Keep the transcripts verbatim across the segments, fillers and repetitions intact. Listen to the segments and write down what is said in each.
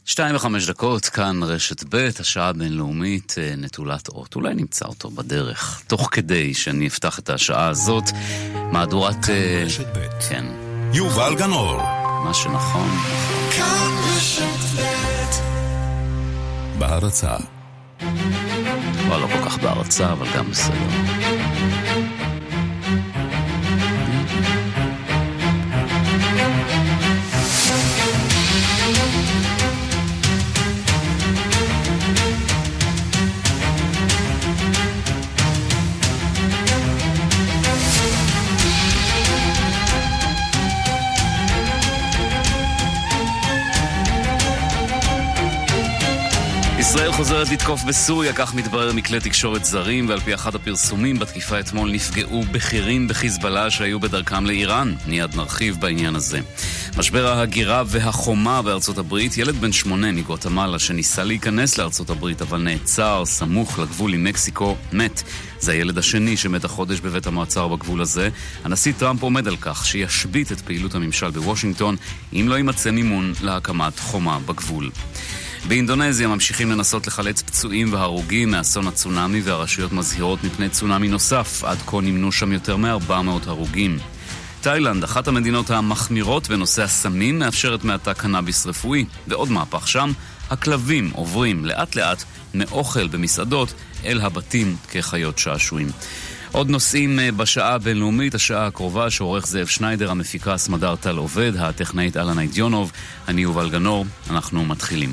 שתיים וחמש דקות, כאן רשת ב', השעה הבינלאומית נטולת אות. אולי נמצא אותו בדרך, תוך כדי שאני אפתח את השעה הזאת, מהדורת... כאן רשת ב'. כן. יובל גנור. מה שנכון. כאן רשת ב'. בהרצה. לא, לא כל כך בהרצה, אבל גם בסדר. ישראל חוזרת לתקוף בסוריה, כך מתברר מכלי תקשורת זרים, ועל פי אחד הפרסומים בתקיפה אתמול נפגעו בכירים בחיזבאללה שהיו בדרכם לאיראן. מיד נרחיב בעניין הזה. משבר ההגירה והחומה בארצות הברית, ילד בן שמונה מגואטמלה שניסה להיכנס לארצות הברית אבל נעצר סמוך לגבול עם מקסיקו, מת. זה הילד השני שמת החודש בבית המעצר בגבול הזה. הנשיא טראמפ עומד על כך שישבית את פעילות הממשל בוושינגטון אם לא יימצא מימון להקמת חומה בגבול. באינדונזיה ממשיכים לנסות לחלץ פצועים והרוגים מאסון הצונאמי, והרשויות מזהירות מפני צונאמי נוסף. עד כה נמנו שם יותר מ-ארבע מאות הרוגים. תאילנד, אחת המדינות המחמירות בנושא הסמים, מאפשרת מעתה קנאביס רפואי. ועוד מהפך שם, הכלבים עוברים לאט לאט מאוכל במסעדות אל הבתים כחיות שעשועים. עוד נושאים בשעה הבינלאומית, השעה הקרובה, שעורך זאב שניידר, המפיקה סמדר טל עובד, הטכנאית אלנה אידיונוב, אני יובל גנור, אנחנו מתחילים.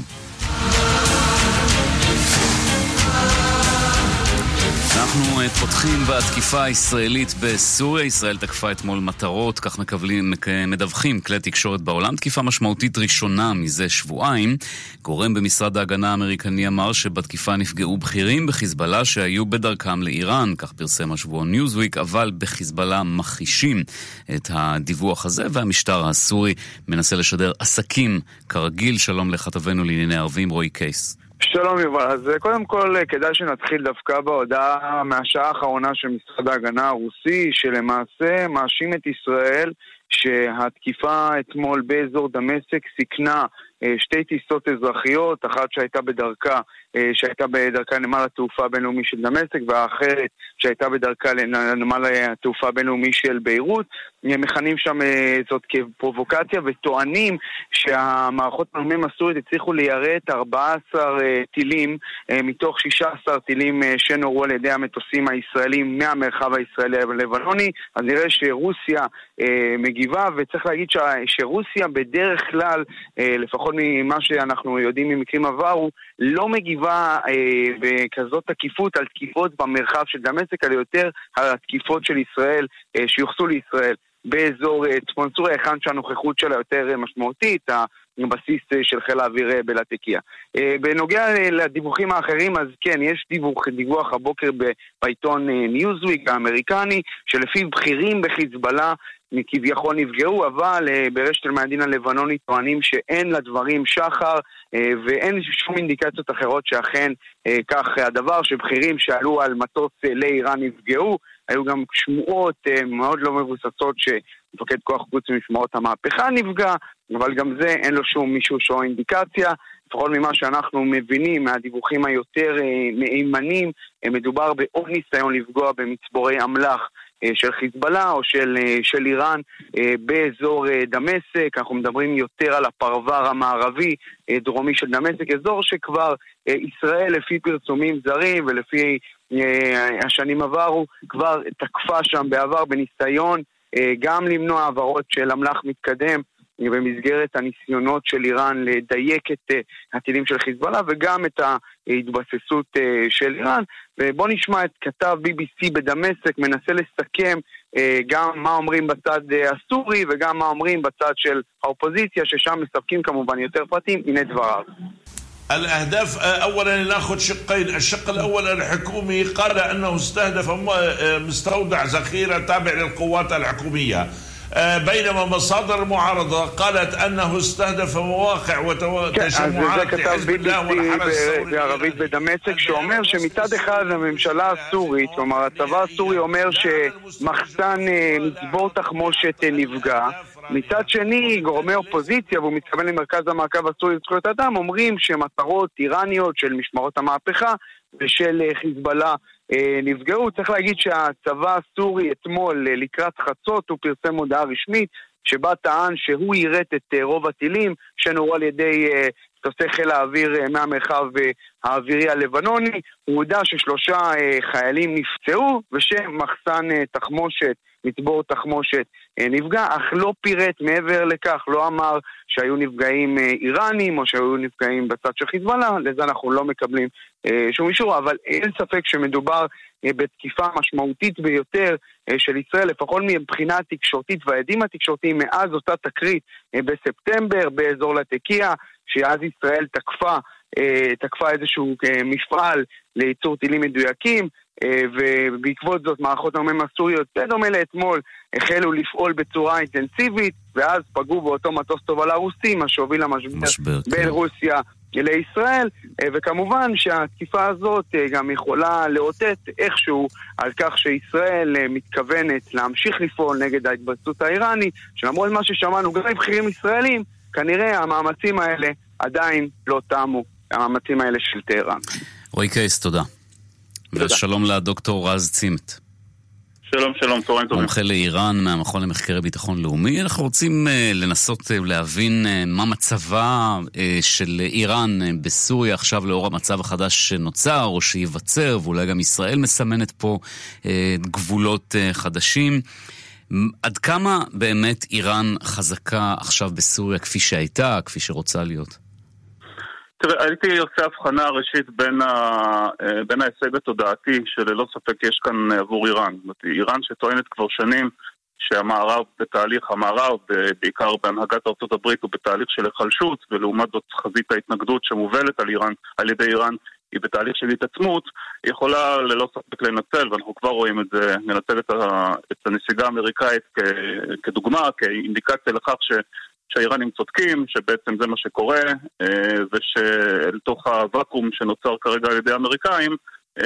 אנחנו פותחים בתקיפה הישראלית בסוריה. ישראל תקפה אתמול מטרות, כך מקבלים, מדווחים כלי תקשורת בעולם. תקיפה משמעותית ראשונה מזה שבועיים. גורם במשרד ההגנה האמריקני אמר שבתקיפה נפגעו בכירים בחיזבאללה שהיו בדרכם לאיראן, כך פרסם השבועון ניוזוויק, אבל בחיזבאללה מכחישים את הדיווח הזה, והמשטר הסורי מנסה לשדר עסקים כרגיל. שלום לכתבנו לענייני ערבים רועי קייס. שלום יובל, אז קודם כל כדאי שנתחיל דווקא בהודעה מהשעה האחרונה של משרד ההגנה הרוסי, שלמעשה מאשים את ישראל שהתקיפה אתמול באזור דמשק סיכנה שתי טיסות אזרחיות, אחת שהייתה בדרכה, שהייתה בדרכה לנמל התעופה הבינלאומי של דמשק, והאחרת שהייתה בדרכה לנמל התעופה הבינלאומי של ביירות. מכנים שם זאת כפרובוקציה, וטוענים שהמערכות המלחמה הסוריות הצליחו ליירט ארבעה עשר טילים מתוך שישה עשר טילים שנורו על ידי המטוסים הישראלים מהמרחב הישראלי הלבנוני. אז נראה שרוסיה מגיבה, וצריך להגיד שרוסיה בדרך כלל, לפחות ממה שאנחנו יודעים ממקרים עברו, לא מגיבה אה, בכזאת תקיפות על תקיפות במרחב של דמשק, אלא יותר על התקיפות של ישראל אה, שיוחסו לישראל באזור אה, צפון סוריה, היכן שהנוכחות שלה יותר אה, משמעותית, הבסיס אה, של חיל האוויר אה, בלטקיה. אה, בנוגע אה, לדיווחים האחרים, אז כן, יש דיווח, דיווח הבוקר ב, בעיתון אה, ניוזוויק האמריקני, שלפיו בכירים בחיזבאללה כביכול נפגעו, אבל ברשת אל-מיאדין הלבנונית טוענים שאין לדברים שחר ואין שום אינדיקציות אחרות שאכן כך הדבר, שבכירים שעלו על מטוס לאיראן נפגעו. היו גם שמועות מאוד לא מבוססות שמפקד כוח חוץ משמעות המהפכה נפגע, אבל גם זה אין לו שום מישהו או אינדיקציה. לפחות ממה שאנחנו מבינים מהדיווחים היותר מאימנים, מדובר בעוד ניסיון לפגוע במצבורי אמל"ח של חיזבאללה או של, של איראן באזור דמשק. אנחנו מדברים יותר על הפרבר המערבי דרומי של דמשק, אזור שכבר ישראל לפי פרסומים זרים ולפי השנים עברו כבר תקפה שם בעבר בניסיון גם למנוע העברות של אמל"ח מתקדם במסגרת הניסיונות של איראן לדייק את הטילים של חיזבאללה וגם את ההתבססות של איראן. ובוא נשמע את כתב בי בי סי בדמשק מנסה לסכם גם מה אומרים בצד הסורי וגם מה אומרים בצד של האופוזיציה, ששם מספקים כמובן יותר פרטים. הנה דבריו. الأهداف أولا نأخذ شقين. الشق الأول الحكومي قال أنه استهدف مستودع ذخيرة تابع للقوات الحكومية. بينما مصادر المعارضة قالت أنه استهدف مواقع وتجمعات לחיזבאללה בערבית בדמשק, שאומר שמצד אחד הממשלה הסורית, כלומר הצבא הסורי אומר שמחסן מצבור תחמושת נפגע, מצד שני גורמי אופוזיציה, והוא מתכוון למרכז המעקב הסורי לזכויות אדם, אומרים שמטרות איראניות של משמרות המהפכה ושל חיזבאללה נפגעו. צריך להגיד שהצבא הסורי אתמול לקראת חצות הוא פרסם הודעה רשמית שבה טען שהוא יירט את רוב הטילים שנורו על ידי מטוסי חיל האוויר מהמרחב האווירי הלבנוני. הוא הודע ששלושה חיילים נפצעו ושמחסן תחמושת, מצבור תחמושת נפגע, אך לא פירט מעבר לכך, לא אמר שהיו נפגעים איראנים או שהיו נפגעים בצד של חיזבאללה. לזה אנחנו לא מקבלים שום אישור, אבל אין ספק שמדובר בתקיפה משמעותית ביותר של ישראל, לפחות מבחינה תקשורתית והעדים התקשורתיים מאז אותה תקרית בספטמבר באזור לטקיה, שאז ישראל תקפה, תקפה איזשהו מפעל לייצור טילים מדויקים, ובעקבות זאת מערכות המ"מ הסוריות, בדומה לאתמול, החלו לפעול בצורה אינטנסיבית, ואז פגעו באותו מטוס תובלה רוסי, מה שהוביל למשבר בין רוסיה לישראל, וכמובן שהתקיפה הזאת גם יכולה לאותת איכשהו על כך שישראל מתכוונת להמשיך לפעול נגד ההתבססות האיראנית, שלמרות מה ששמענו גם מבחירים ישראלים, כנראה המאמצים האלה עדיין לא תמו, המאמצים האלה של טהרן. רועי קייס, תודה. ושלום לדוקטור רז צימת. שלום, שלום, תורן טובים. מומחה לאיראן מהמכון למחקרי ביטחון לאומי. אנחנו רוצים uh, לנסות uh, להבין uh, מה מצבה uh, של איראן uh, בסוריה עכשיו לאור המצב החדש שנוצר או שיווצר, ואולי גם ישראל מסמנת פה uh, גבולות uh, חדשים. עד כמה באמת איראן חזקה עכשיו בסוריה כפי שהייתה, כפי שרוצה להיות? תראה, הייתי עושה הבחנה ראשית בין, ה... בין ההישג התודעתי שללא ספק יש כאן עבור איראן. איראן שטוענת כבר שנים שהמערב בתהליך, המערב בעיקר בהנהגת ארצות הברית הוא בתהליך של החלשות, ולעומת זאת חזית ההתנגדות שמובלת על איראן, על ידי איראן, היא בתהליך של התעצמות, היא יכולה ללא ספק לנצל, ואנחנו כבר רואים את זה, לנצל את, ה... את הנסיגה האמריקאית כ... כדוגמה, כאינדיקציה לכך ש... שהאיראנים צודקים, שבעצם זה מה שקורה, ושאל תוך הוואקום שנוצר כרגע על ידי האמריקאים,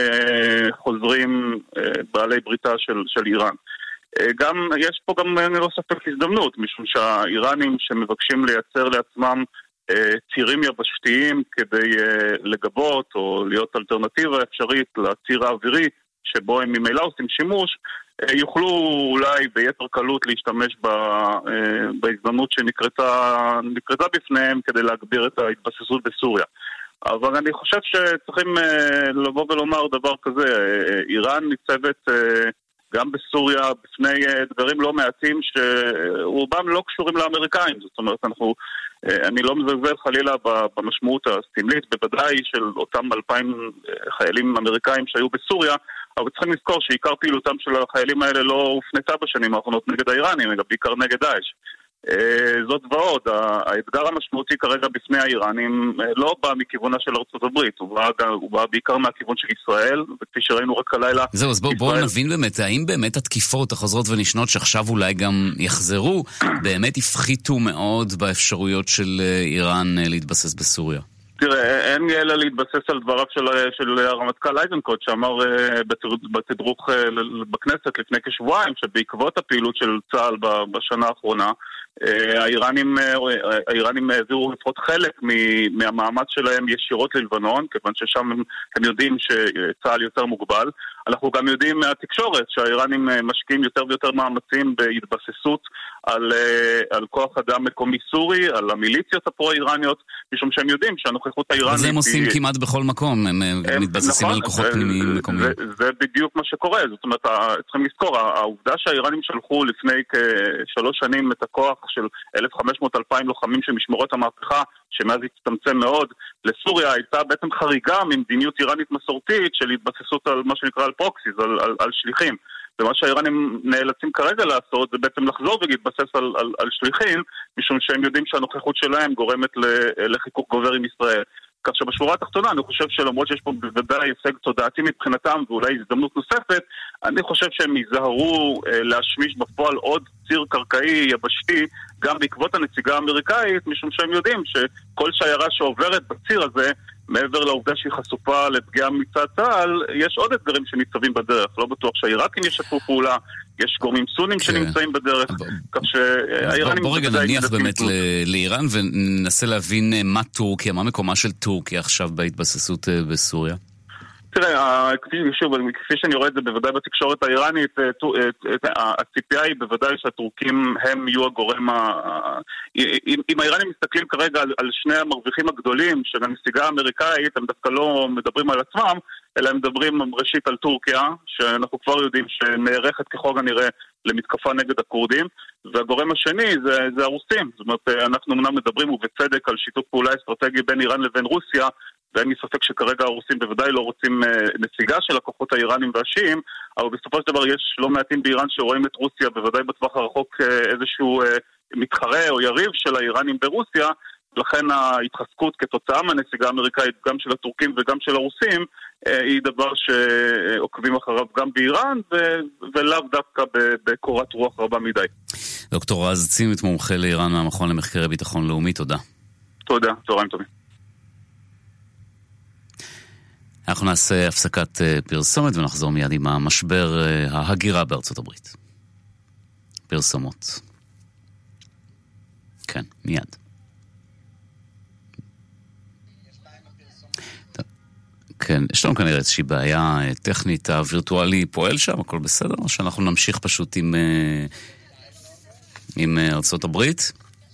חוזרים בעלי בריתה של, של איראן. גם, יש פה גם לא ספק הזדמנות, משום שהאיראנים שמבקשים לייצר לעצמם צירים יבשתיים כדי לגבות או להיות אלטרנטיבה אפשרית לציר האווירי, שבו הם ממילא עושים שימוש, יוכלו אולי ביתר קלות להשתמש בהזדמנות שנקרתה בפניהם כדי להגביר את ההתבססות בסוריה. אבל אני חושב שצריכים לבוא ולומר דבר כזה, איראן ניצבת גם בסוריה בפני דברים לא מעטים שרובם לא קשורים לאמריקאים. זאת אומרת, אנחנו, אני לא מזלזל חלילה במשמעות הסמלית, בוודאי של אותם אלפיים חיילים אמריקאים שהיו בסוריה, אבל צריכים לזכור שעיקר פעילותם של החיילים האלה לא הופנתה בשנים האחרונות נגד האיראנים, אלא בעיקר נגד דאעש. זאת ועוד, האתגר המשמעותי כרגע בפני האיראנים לא בא מכיוונה של ארצות הברית, הוא בא, הוא בא בעיקר מהכיוון של ישראל, וכפי שראינו רק הלילה... זהו, אז בואו בוא נבין באמת, האם באמת התקיפות החוזרות ונשנות שעכשיו אולי גם יחזרו, באמת הפחיתו מאוד באפשרויות של איראן להתבסס בסוריה? תראה, אין לי אלא להתבסס על דבריו של, של הרמטכ"ל אייזנקוט, שאמר בתדרוך בכנסת לפני כשבועיים, שבעקבות הפעילות של צה"ל בשנה האחרונה, האיראנים, האיראנים העבירו לפחות חלק מהמאמץ שלהם ישירות ללבנון, כיוון ששם הם יודעים שצה"ל יותר מוגבל. אנחנו גם יודעים מהתקשורת שהאיראנים משקיעים יותר ויותר מאמצים בהתבססות על, על כוח אדם מקומי סורי, על המיליציות הפרו-איראניות, משום שהם יודעים שהנוכחות האיראנית... אז הם עושים היא... כמעט בכל מקום, הם, הם מתבססים נכון, על כוחות פנימיים מקומיים. זה, זה בדיוק מה שקורה, זאת אומרת, צריכים לזכור, העובדה שהאיראנים שלחו לפני כשלוש שנים את הכוח של אלף וחמש מאות עד אלפיים לוחמים של משמרות המהפכה, שמאז הצטמצם מאוד לסוריה, הייתה בעצם חריגה ממדיניות איראנית מסורתית של התבססות על מה שנקרא על פרוקסיס, על, על, על שליחים. ומה שהאיראנים נאלצים כרגע לעשות זה בעצם לחזור ולהתבסס על, על, על שליחים, משום שהם יודעים שהנוכחות שלהם גורמת לחיכוך גובר עם ישראל. כך שבשורה התחתונה אני חושב שלמרות שיש פה בוודאי הישג תודעתי מבחינתם ואולי הזדמנות נוספת, אני חושב שהם ייזהרו אה, להשמיש בפועל עוד ציר קרקעי יבשתי גם בעקבות הנציגה האמריקאית, משום שהם יודעים שכל שיירה שעוברת בציר הזה, מעבר לעובדה שהיא חשופה לפגיעה מצד צה"ל, יש עוד אתגרים שניצבים בדרך. לא בטוח שהעיראקים ישתפו פעולה, יש גורמים סונים שנמצאים בדרך, כך שהאיראנים... בוא רגע נניח באמת לאיראן וננסה להבין מה טורקיה, מה מקומה של טורקיה עכשיו בהתבססות בסוריה. תראה, כפי שאני רואה את זה בוודאי בתקשורת האיראנית, הציפייה היא בוודאי שהטורקים הם יהיו הגורם ה... אם האיראנים מסתכלים כרגע על שני המרוויחים הגדולים של הנסיגה האמריקאית, הם דווקא לא מדברים על עצמם, אלא הם מדברים ראשית על טורקיה, שאנחנו כבר יודעים שנערכת ככל הנראה למתקפה נגד הכורדים, והגורם השני זה, זה הרוסים. זאת אומרת, אנחנו אמנם מדברים ובצדק על שיתוף פעולה אסטרטגי בין איראן לבין רוסיה, ואין לי ספק שכרגע הרוסים בוודאי לא רוצים נסיגה של הכוחות האיראנים והשיעים, אבל בסופו של דבר יש לא מעטים באיראן שרואים את רוסיה בוודאי בטווח הרחוק איזשהו מתחרה או יריב של האיראנים ברוסיה, לכן ההתחזקות כתוצאה מהנסיגה האמריקאית גם של הטורקים וגם של הרוסים היא דבר שעוקבים אחריו גם באיראן ולאו דווקא בקורת רוח רבה מדי. דוקטור רז צימית, מומחה לאיראן מהמכון למחקרי ביטחון לאומי, תודה. תודה, צהריים טובים. אנחנו נעשה הפסקת פרסומת ונחזור מיד עם המשבר ההגירה בארצות הברית. פרסומות. כן, מיד. כן, יש לנו כנראה איזושהי בעיה טכנית, הווירטואלי פועל שם, הכל בסדר, או שאנחנו נמשיך פשוט עם, עם ארצות הברית?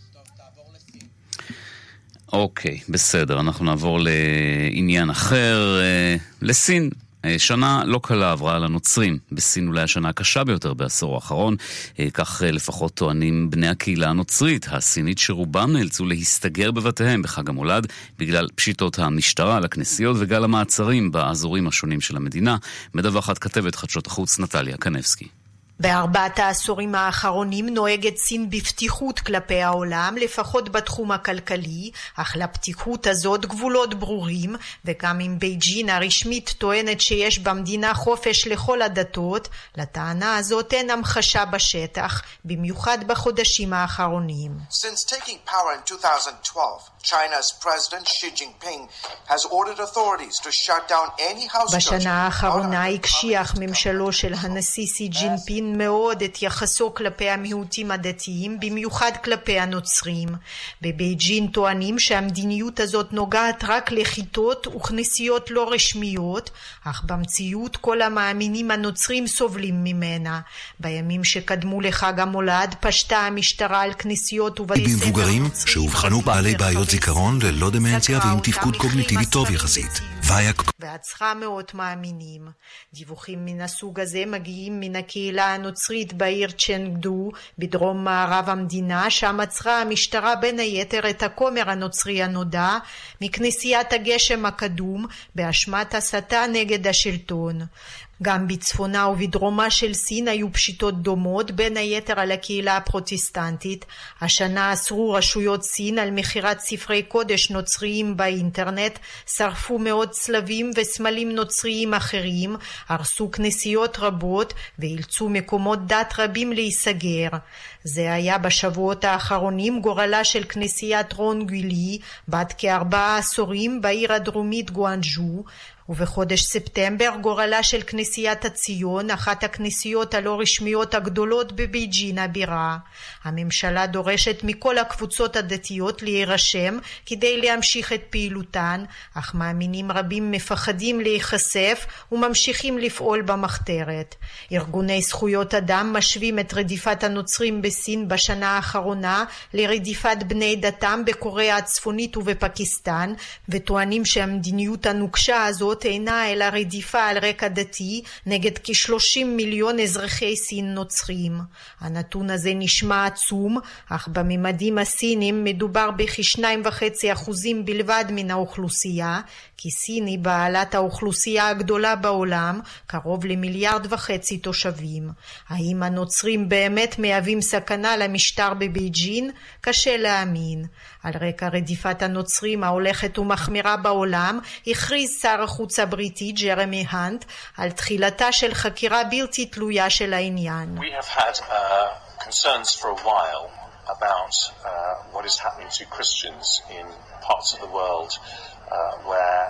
אוקיי, בסדר, אנחנו נעבור לעניין אחר, לסין. שנה לא קלה עברה על הנוצרים. בסין אולי השנה הקשה ביותר בעשור האחרון, כך לפחות טוענים בני הקהילה הנוצרית הסינית, שרובם נאלצו להסתגר בבתיהם בחג המולד בגלל פשיטות המשטרה לכנסיות וגל המעצרים באזורים השונים של המדינה. מדווחת כתבת חדשות החוץ נטליה קנבסקי. בארבעת העשורים האחרונים נוהגת סין בפתיחות כלפי העולם, לפחות בתחום הכלכלי, אך לפתיחות הזאת גבולות ברורים, וגם אם בייג'ין הרשמית טוענת שיש במדינה חופש לכל הדתות, לטענה הזאת אין המחשה בשטח, במיוחד בחודשים האחרונים. Since taking power in two thousand twelve, China's President Xi Jinping has ordered authorities to shut down any house church. בשנה האחרונה הקשיח ממשלו של הנשיא סי ג'ינפין מאוד את יחסו כלפי המיעוטים הדתיים, במיוחד כלפי הנוצרים. בבייג'ין טוענים שהמדיניות הזאת נוגעת רק לכיתות וכנסיות לא רשמיות, אך במציאות כל המאמינים הנוצרים סובלים ממנה. בימים שקדמו לחג המולד פשטה המשטרה על כנסיות ובתי ספר במבוגרים שהובחנו בעלי בעיות זיכרון ללא דמנציה ועם תפקוד קוגניטיבי טוב יחסית. ועצרה מאות מאמינים. דיווחים מן הסוג הזה מגיעים מן הקהילה הנוצרית בעיר צ'נגדו, בדרום מערב המדינה, שם עצרה המשטרה בין היתר את הכומר הנוצרי הנודע מכנסיית הגשם הקדום באשמת הסתה נגד השלטון. גם בצפונה ובדרומה של סין היו פשיטות דומות, בין היתר על הקהילה הפרוטסטנטית. השנה אסרו רשויות סין על מכירת ספרי קודש נוצריים באינטרנט, שרפו מאות צלבים וסמלים נוצריים אחרים, הרסו כנסיות רבות ואילצו מקומות דת רבים להיסגר. זה היה בשבועות האחרונים גורלה של כנסיית רונגולי, בת כארבעה עשורים בעיר הדרומית גואנג'ו, ובחודש ספטמבר גורלה של כנסיית הציון, אחת הכנסיות הלא רשמיות הגדולות בבייג'ין הבירה. הממשלה דורשת מכל הקבוצות הדתיות להירשם כדי להמשיך את פעילותן, אך מאמינים רבים מפחדים להיחשף וממשיכים לפעול במחתרת. ארגוני זכויות אדם משווים את רדיפת הנוצרים בסין בשנה האחרונה לרדיפת בני דתם בקוריאה הצפונית ובפקיסטן, וטוענים שהמדיניות הנוקשה הזאת הזאת אינה אלא רדיפה על רקע דתי נגד כ-שלושים מיליון אזרחי סין נוצרים. הנתון הזה נשמע עצום, אך בממדים הסיניים מדובר בכ-שניים וחצי אחוזים בלבד מן האוכלוסייה, כי סין היא בעלת האוכלוסייה הגדולה בעולם, קרוב למיליארד וחצי תושבים. האם הנוצרים באמת מהווים סכנה למשטר בבייג'ין? קשה להאמין. על רקע רדיפת הנוצרים ההולכת ומחמירה בעולם, הכריז שר החוץ הבריטי ג'רמי הנט על תחילתה של חקירה בלתי תלויה של העניין. We have had uh, concerns for a while about uh, what is happening to Christians in parts of the world uh, where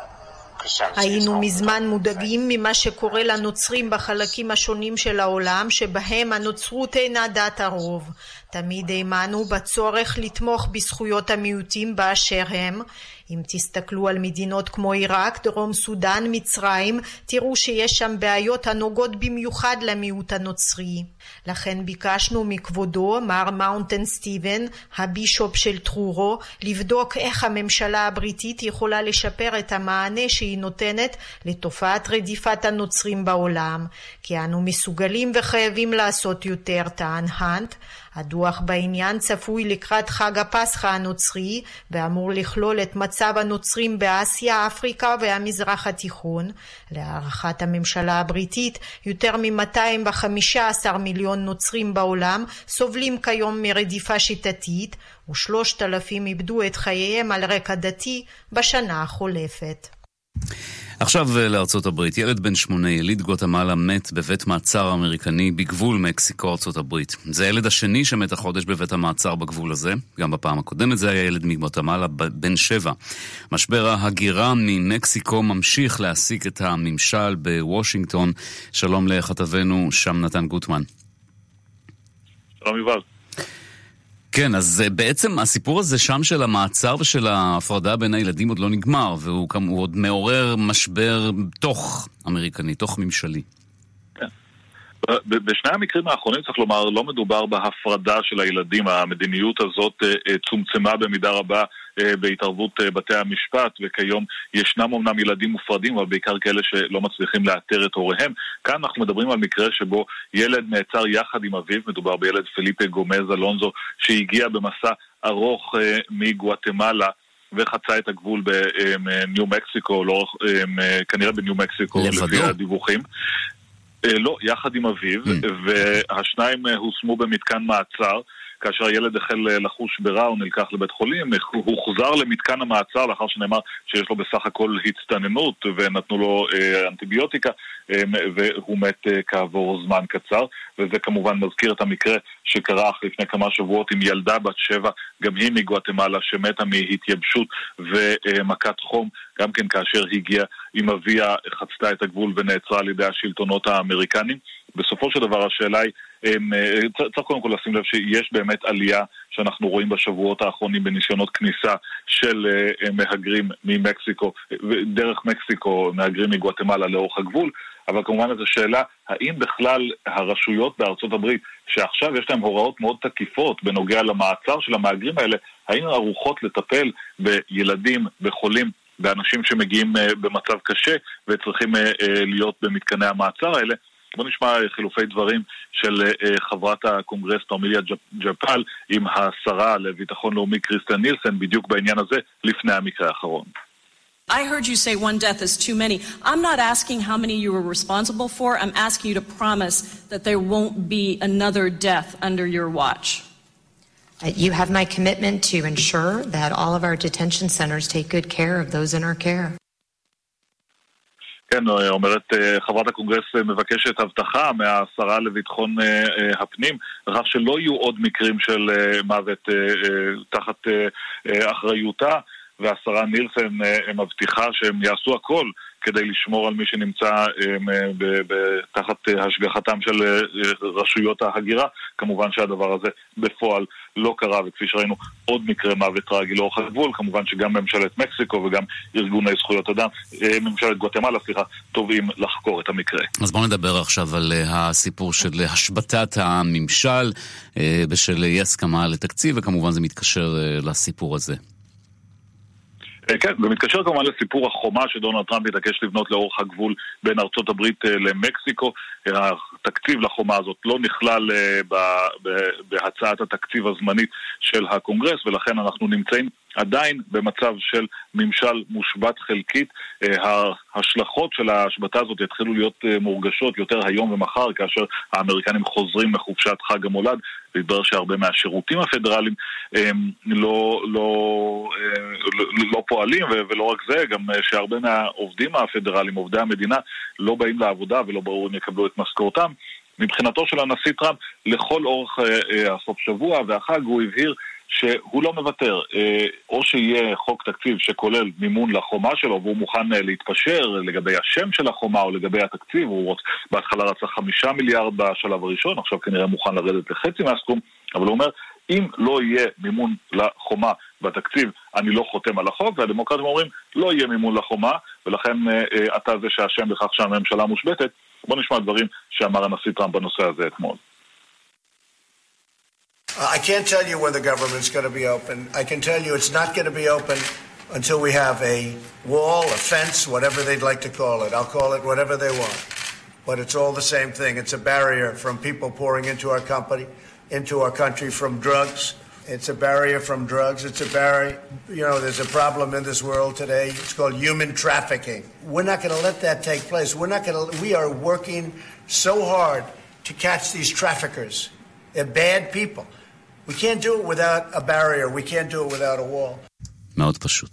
היינו מזמן מודאגים ממה שקורה לנוצרים בחלקים השונים של העולם שבהם הנוצרות אינה דת הרוב. תמיד האמנו בצורך לתמוך בזכויות המיעוטים באשר הם. אם תסתכלו על מדינות כמו עיראק, דרום סודן, מצרים, תראו שיש שם בעיות הנוגעות במיוחד למיעוט הנוצרי. לכן ביקשנו מכבודו, מר מאונטן סטיבן, הבישופ של טרורו, לבדוק איך הממשלה הבריטית יכולה לשפר את המענה שהיא נותנת לתופעת רדיפת הנוצרים בעולם. כי אנו מסוגלים וחייבים לעשות יותר, טען הנט. הדוח בעניין צפוי לקראת חג הפסחא הנוצרי, ואמור לכלול את מצב הנוצרים באסיה, אפריקה והמזרח התיכון. להערכת הממשלה הבריטית, יותר מ-מאתיים וחמישה עשר מיליון נוצרים בעולם סובלים כיום מרדיפה שיטתית, ושלושת אלפים איבדו את חייהם על רקע דתי בשנה החולפת. עכשיו לארצות הברית. ילד בן שמונה, יליד גואטמלה, מת בבית מעצר אמריקני בגבול מקסיקו ארצות הברית. זה הילד השני שמת החודש בבית המעצר בגבול הזה. גם בפעם הקודמת זה היה ילד מגואטמלה בן שבע. משבר ההגירה ממקסיקו ממשיך להעסיק את הממשל בוושינגטון. שלום לכתבנו שם נתן גוטמן. שלום יובל. כן, אז בעצם הסיפור הזה שם של המעצר ושל ההפרדה בין הילדים עוד לא נגמר, והוא עוד מעורר משבר תוך אמריקני, תוך ממשלי. כן. בשני המקרים האחרונים צריך לומר, לא מדובר בהפרדה של הילדים. המדיניות הזאת צומצמה במידה רבה בהתערבות בתי המשפט, וכיום ישנם אומנם ילדים מופרדים, אבל בעיקר כאלה שלא מצליחים לאתר את הוריהם. כאן אנחנו מדברים על מקרה שבו ילד נעצר יחד עם אביו, מדובר בילד פליפה גומז אלונזו, שהגיע במסע ארוך מגואטמלה, וחצה את הגבול בניו מקסיקו, לא, כנראה בניו מקסיקו לפי הדיווחים. לא, יחד עם אביו, mm. והשניים הושמו במתקן מעצר. כאשר הילד החל לחוש ברע, הוא נלקח לבית חולים, הוא חוזר למתקן המעצר לאחר שנאמר שיש לו בסך הכל הצטננות ונתנו לו אה, אנטיביוטיקה, אה, והוא מת אה, כעבור זמן קצר, וזה כמובן מזכיר את המקרה שקרה לפני כמה שבועות עם ילדה בת שבע, גם היא מגואטמלה, שמתה מהתייבשות ומכת חום, גם כן כאשר הגיעה עם אביה, חצתה את הגבול ונעצרה על ידי השלטונות האמריקנים. בסופו של דבר השאלה היא, צריך קודם כל לשים לב שיש באמת עלייה שאנחנו רואים בשבועות האחרונים בניסיונות כניסה של מהגרים ממקסיקו, דרך מקסיקו, מהגרים מגואטמלה לאורך הגבול, אבל כמובן זו שאלה, האם בכלל הרשויות בארצות הברית, שעכשיו יש להם הוראות מאוד תקיפות בנוגע למעצר של המהגרים האלה, האם ערוכות לטפל בילדים, בחולים, באנשים שמגיעים במצב קשה וצריכים להיות במתקני המעצר האלה? בוא נשמע חילופי דברים של חברת הקונגרס תרמיליה ג'פל עם השרה לביטחון לאומי קריסטן נילסן בדיוק בעניין הזה לפני המקרה האחרון. I heard you say one death is too many. I'm not asking how many you were responsible for. I'm asking you to promise that there won't be another death under your watch. You have my commitment to ensure that all of our detention centers take good care of those in our care. כן, אומרת חברת הקונגרס מבקשת הבטחה מהשרה לביטחון הפנים, לכך שלא יהיו עוד מקרים של מוות תחת אחריותה, והשרה נילסן מבטיחה שהם יעשו הכל כדי לשמור על מי שנמצא תחת השגחתם של רשויות ההגירה. כמובן שהדבר הזה בפועל לא קרה, וכפי שראינו עוד מקרה מוות טרגי לאורך הגבול, כמובן שגם ממשלת מקסיקו וגם ארגוני זכויות אדם, ממשלת גואטמלה, סליחה, טובים לחקור את המקרה. אז בואו נדבר עכשיו על הסיפור של השבתת הממשל בשל אי הסכמה לתקציב, וכמובן זה מתקשר לסיפור הזה. כן, ומתקשר כמובן לסיפור החומה שדונלד טראמפ התעקש לבנות לאורך הגבול בין ארצות הברית למקסיקו. התקציב לחומה הזאת לא נכלל בהצעת התקציב הזמנית של הקונגרס, ולכן אנחנו נמצאים עדיין במצב של ממשל מושבת חלקית. ההשלכות של ההשבתה הזאת יתחילו להיות מורגשות יותר היום ומחר, כאשר האמריקנים חוזרים מחופשת חג המולד, והתברר שהרבה מהשירותים הפדרליים לא, לא, לא, לא פועלים, ולא רק זה, גם שהרבה מהעובדים הפדרליים, עובדי המדינה, לא באים לעבודה ולא ברור אם יקבלו את משכורתם. מבחינתו של הנשיא טראמפ, לכל אורך הסוף שבוע והחג הוא הבהיר שהוא לא מוותר, או שיהיה חוק תקציב שכולל מימון לחומה שלו, והוא מוכן להתפשר לגבי השם של החומה או לגבי התקציב. הוא רוצ, בהתחלה רצה חמישה מיליארד בשלב הראשון, עכשיו כנראה מוכן לרדת לחצי מהסכום, אבל הוא אומר, אם לא יהיה מימון לחומה בתקציב, אני לא חותם על החוק, והדמוקרטים אומרים, לא יהיה מימון לחומה, ולכן אתה זה שהשם בכך שהממשלה מושבתת. בוא נשמע דברים שאמר הנשיא טראמפ בנושא הזה אתמול. I can't tell you when the government's going to be open. I can tell you it's not going to be open until we have a wall, a fence, whatever they'd like to call it. I'll call it whatever they want. But it's all the same thing. It's a barrier from people pouring into our company, into our country from drugs. It's a barrier from drugs. It's a barrier. You know, there's a problem in this world today. It's called human trafficking. We're not going to let that take place. We're not going to, we are working so hard to catch these traffickers. They're bad people. We can't do it without a barrier. We can't do it without a wall. מאוד פשוט.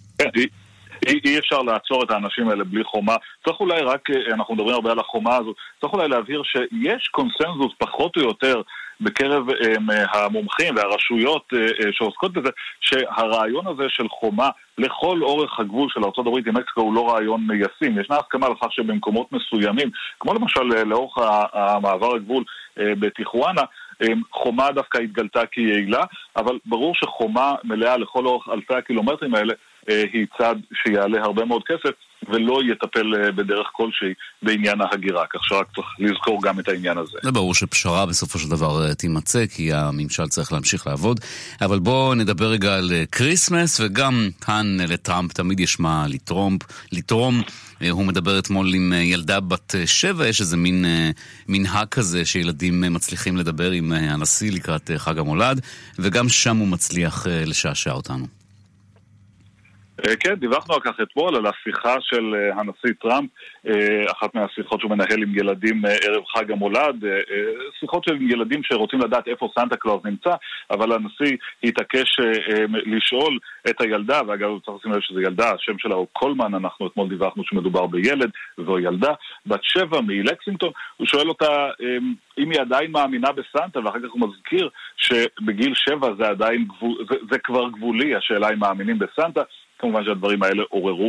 אי אפשר לעצור את האנשים האלה בלי חומה. צריך אולי רק, אנחנו מדברים הרבה על החומה הזו, צריך אולי להבהיר שיש קונסנזוס פחות או יותר בקרב המומחים והרשויות שעוסקות בזה, שהרעיון הזה של חומה לכל אורך הגבול של ארצות הברית עם מקסיקו הוא לא רעיון ישים. ישנה הסכמה לכך שבמקומות מסוימים, כמו למשל לאורך המעבר הגבול בטיחואנה, חומה דווקא התגלתה כיעילה, אבל ברור שחומה מלאה לכל אורך אלפי הקילומטרים האלה היא צעד שיעלה הרבה מאוד כסף ולא יטפל בדרך כלשהי בעניין ההגירה, כך שרק צריך לזכור גם את העניין הזה. זה ברור שפשרה בסופו של דבר תימצא, כי הממשל צריך להמשיך לעבוד, אבל בואו נדבר רגע על קריסמס, וגם כאן לטראמפ תמיד יש מה לתרום, לתרום. הוא מדבר אתמול עם ילדה בת שבע, יש איזה מין מנהג כזה שילדים מצליחים לדבר עם הנשיא לקראת חג המולד, וגם שם הוא מצליח לשעשע אותנו. כן, דיווחנו על כך אתמול, על השיחה של הנשיא טראמפ, אחת מהשיחות שהוא מנהל עם ילדים ערב חג המולד, שיחות של ילדים שרוצים לדעת איפה סנטה קלאוס נמצא, אבל הנשיא התעקש לשאול את הילדה, ואגב צריך לשים לב שזו ילדה, השם שלה הוא קולמן, אנחנו אתמול דיווחנו שמדובר בילד, זו ילדה בת שבע מלקסינגטון, הוא שואל אותה אם היא עדיין מאמינה בסנטה, ואחר כך הוא מזכיר שבגיל שבע זה עדיין גבול, זה, זה כבר גבולי, השאלה אם מאמינים בסנטה. כמובן שהדברים האלה עוררו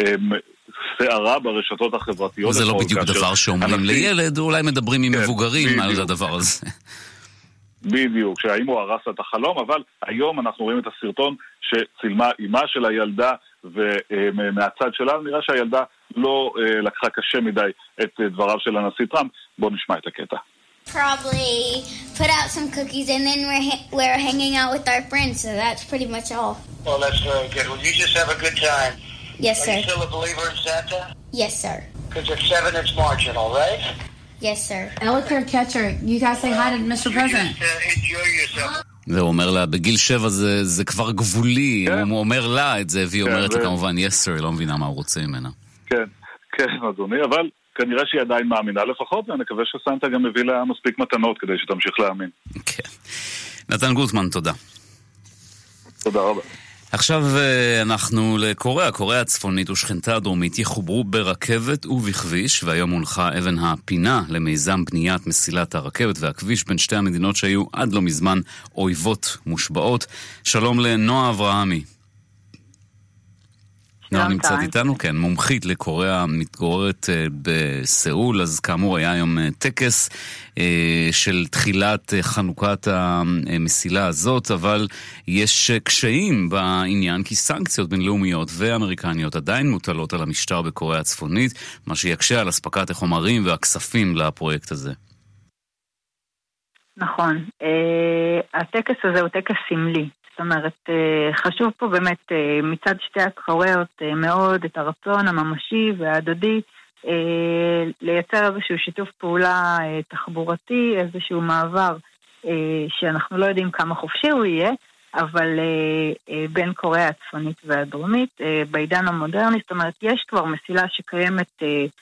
שערה ברשתות החברתיות. וזה לא בדיוק דבר שאומרים לילד, אולי מדברים עם מבוגרים על הדבר הזה. בדיוק, שהאם הוא הרס את החלום, אבל היום אנחנו רואים את הסרטון שצילמה אימה של הילדה, ומהצד שלה נראה שהילדה לא לקחה קשה מדי את דבריו של הנשיא טראמפ. בואו נשמע את הקטע. Probably put out some cookies and then we're ha- we're hanging out with our friends, so that's pretty much all. Well, that's very good. Well, you just have a good time. Yes, Are sir. Are you still a believer in Santa? Yes, sir. Because at seven it's marginal, right? Yes, sir. Ellicott Catcher, you guys say hi to Mister You President. just uh, enjoy yourself. והוא אומר לה, בגיל שבע זה, זה כבר גבולי, כן. הוא אומר לה את זה, והיא כן, אומרת לה זה... כמובן, yes sir, לא מבינה מה הוא רוצה ממנה. כן, כן, אדוני, אבל כנראה שהיא עדיין מאמינה לפחות, ואני מקווה שסנטה גם מביא לה מספיק מתנות כדי שתמשיך להאמין. כן. נתן גוטמן, תודה. תודה רבה. עכשיו אנחנו לקוריאה, קוריאה הצפונית ושכנתה הדרומית יחוברו ברכבת ובכביש, והיום הולכה אבן הפינה למיזם בניית מסילת הרכבת והכביש בין שתי המדינות שהיו עד לא מזמן אויבות מושבעות. שלום לנועה אברהמי. נועה נמצאת איתנו, כן, מומחית לקוריאה, מתגוררת בסאול, אז כאמור היה היום טקס של תחילת חנוכת המסילה הזאת, אבל יש קשיים בעניין, כי סנקציות בינלאומיות ואמריקניות עדיין מוטלות על המשטר בקוריאה הצפונית, מה שיקשה על הספקת החומרים והכספים לפרויקט הזה. נכון, הטקס הזה הוא טקס סמלי. זאת אומרת, חשוב פה באמת מצד שתי הקוריאות מאוד את הרצון הממשי וההדדי לייצר איזשהו שיתוף פעולה תחבורתי, איזשהו מעבר שאנחנו לא יודעים כמה חופשי הוא יהיה, אבל בין קוריאה הצפונית והדרומית בעידן המודרני, זאת אומרת, יש כבר מסילה שקיימת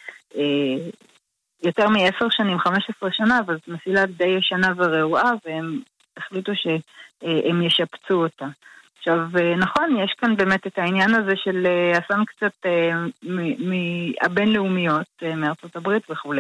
יותר מעשר שנים, חמש עשרה שנה, אבל זו מסילה די ישנה ורעועה, והם החליטו שהם ישפצו אותה. עכשיו, נכון, יש כאן באמת את העניין הזה של הסנקציות מהבינלאומיות, מארצות הברית וכו'.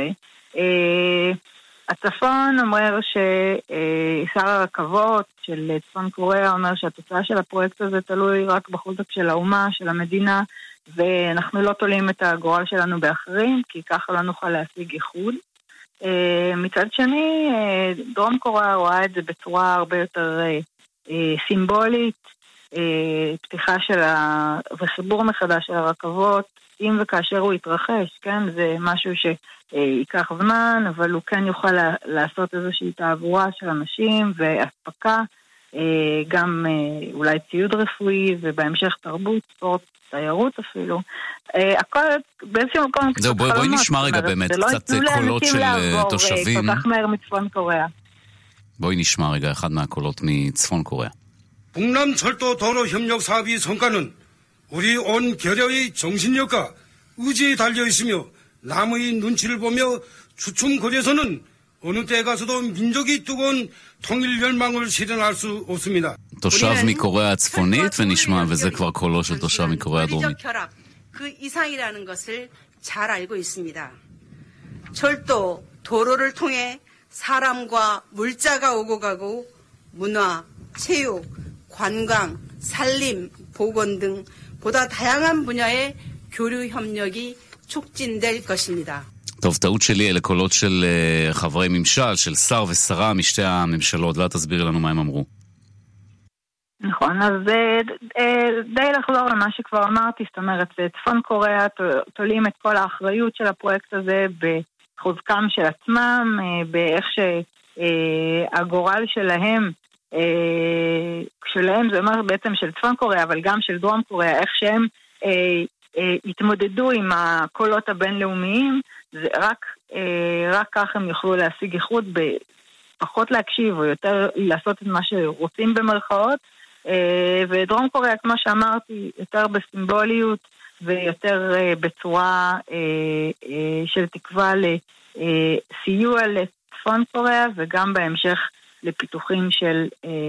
הצפון אומר ששר הרכבות של צפון קוריאה אומר שהתוצאה של הפרויקט הזה תלוי רק בחוזק של האומה, של המדינה, ואנחנו לא תולים את הגורל שלנו באחרים, כי ככה לא נוכל להשיג איחוד. מצד שני, דרום קוריאה רואה את זה בצורה הרבה יותר סימבולית, פתיחה של ה... וחיבור מחדש של הרכבות, אם וכאשר הוא יתרחש, כן? זה משהו שיקח זמן, אבל הוא כן יוכל לעשות איזושהי תעבורה של אנשים והספקה, גם אולי ציוד רפואי, ובהמשך תרבות, ספורט, תיירות אפילו. הכל באיזשהו מקום קצת חלומות. בואי נשמע רגע באמת קצת קולות של תושבים. כל כך מהר מצפון קוריאה. בואי נשמע רגע אחד מהקולות מצפון קוריאה. 북남 철도 도로 협력 사업의 성과는 우리 온 결여의 정신력과 의지에 달려 있으며 남의 눈치를 보며 주춤거려서는 어느 때 가서도 민족이 뜨거운 통일 열망을 실현할 수 없습니다. תושב מקוריאה הצפונית ונשמע, וזה כבר קולו של תושב מקוריאה הדרומית. 그 이상이라는 것을 잘 알고 있습니다. 철도, 도로를 통해 사람과 물자가 오고 가고 문화, 체육, 관광, 산림, 보건 등 보다 다양한 분야의 교류 협력이 촉진될 것입니다. טוב, טעות שלי, אלה קולות של חברי ממשל, של שר ושרה משתי הממשלות, ואת תסבירי לנו מה הם אמרו. נכון, אז די לחזור למה שכבר אמרתי, זאת אומרת, צפון קוריאה תולים את כל האחריות של הפרויקט הזה בחוזקם של עצמם, באיך שהגורל שלהם, שלהם זה אומר בעצם של צפון קוריאה, אבל גם של דרום קוריאה, איך שהם התמודדו עם הקולות הבינלאומיים, זה רק, רק כך הם יוכלו להשיג איחוד, פחות להקשיב או יותר לעשות את מה שרוצים במרכאות, ודרום קוריאה, כמו שאמרתי, יותר בסימבוליות ויותר בצורה של תקווה לסיוע לצפון קוריאה, וגם בהמשך לפיתוחים של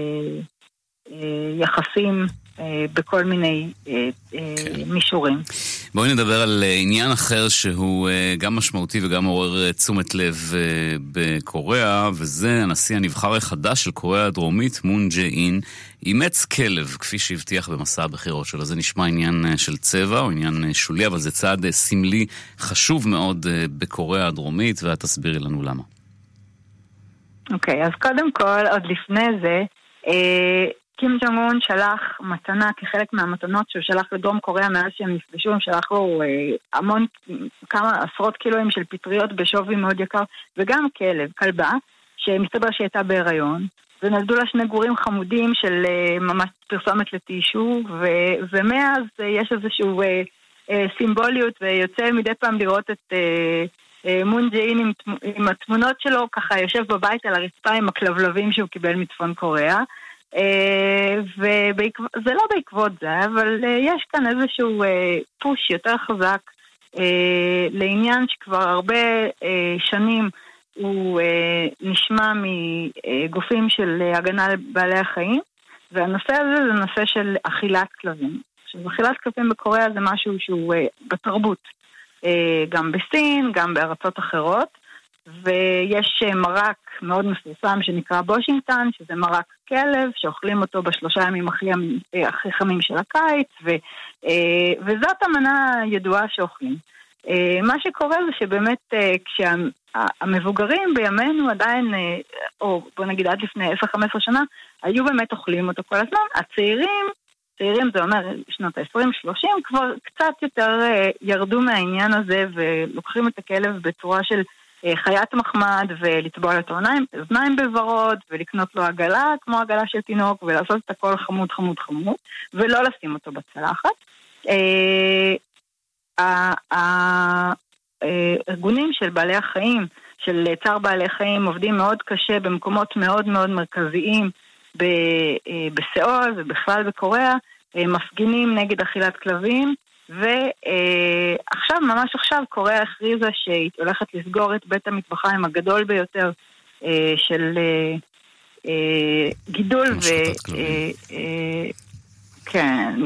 יחסים בכל מיני מישורים. בואי נדבר על עניין אחר שהוא גם משמעותי וגם מעורר תשומת לב בקוריאה, וזה הנשיא הנבחר החדש של קוריאה הדרומית, מון ג'ה-אין, אימץ כלב, כפי שהבטיח במסע הבחירות שלו. זה נשמע עניין של צבע או עניין שולי, אבל זה צעד סמלי חשוב מאוד בקוריאה הדרומית, ואת תסבירי לנו למה. אוקיי, okay, אז קודם כל, עוד לפני זה, אה, קים ג'ונג און שלח מתנה כחלק מהמתנות שהוא שלח לדרום קוריאה מאז שהם נפגשו, הם שלח לו אה, המון, כמה עשרות קילואים של פטריות בשווי מאוד יקר, וגם כלב, כלבה, שמסתבר שהייתה בהיריון, ונולדו לה שני גורים חמודים של אה, ממש פרסומת לטישו, ו- ומאז אה, יש איזשהו אה, אה, סימבוליות, ויוצא מדי פעם לראות את... אה, מון ג'ה-אין עם, עם התמונות שלו, ככה יושב בבית על הרצפה עם הכלבלבים שהוא קיבל מצפון קוריאה, וזה לא בעקבות זה, אבל יש כאן איזשהו פוש יותר חזק לעניין שכבר הרבה שנים הוא נשמע מגופים של הגנה לבעלי החיים, והנושא הזה זה נושא של אכילת כלבים. עכשיו, אכילת כלבים בקוריאה זה משהו שהוא בתרבות. גם בסין, גם בארצות אחרות, ויש מרק מאוד מפורסם שנקרא בושינגטון, שזה מרק כלב, שאוכלים אותו בשלושה ימים הכי, הכי חמים של הקיץ, ו, וזאת המנה ידועה שאוכלים. מה שקורה זה שבאמת כשהמבוגרים בימינו עדיין, או בוא נגיד עד לפני עשר חמש עשרה שנה, היו באמת אוכלים אותו כל הזמן, הצעירים, צעירים זה אומר שנות ה-עשרים שלושים כבר קצת יותר ירדו מהעניין הזה ולוקחים את הכלב בצורה של חיית מחמד ולטבוע לו אוזניים בוורוד ולקנות לו עגלה כמו עגלה של תינוק ולעשות את הכל חמוד חמוד חמוד ולא לשים אותו בצלחת. הארגונים של בעלי החיים, של צער בעלי חיים, עובדים מאוד קשה במקומות מאוד מאוד מרכזיים בסיאול ובכלל בקוריאה, מפגינים נגד אכילת כלבים, ועכשיו, ממש עכשיו, קוריאה הכריזה שהיא הולכת לסגור את בית המטבחיים הגדול ביותר של גידול ו... כן.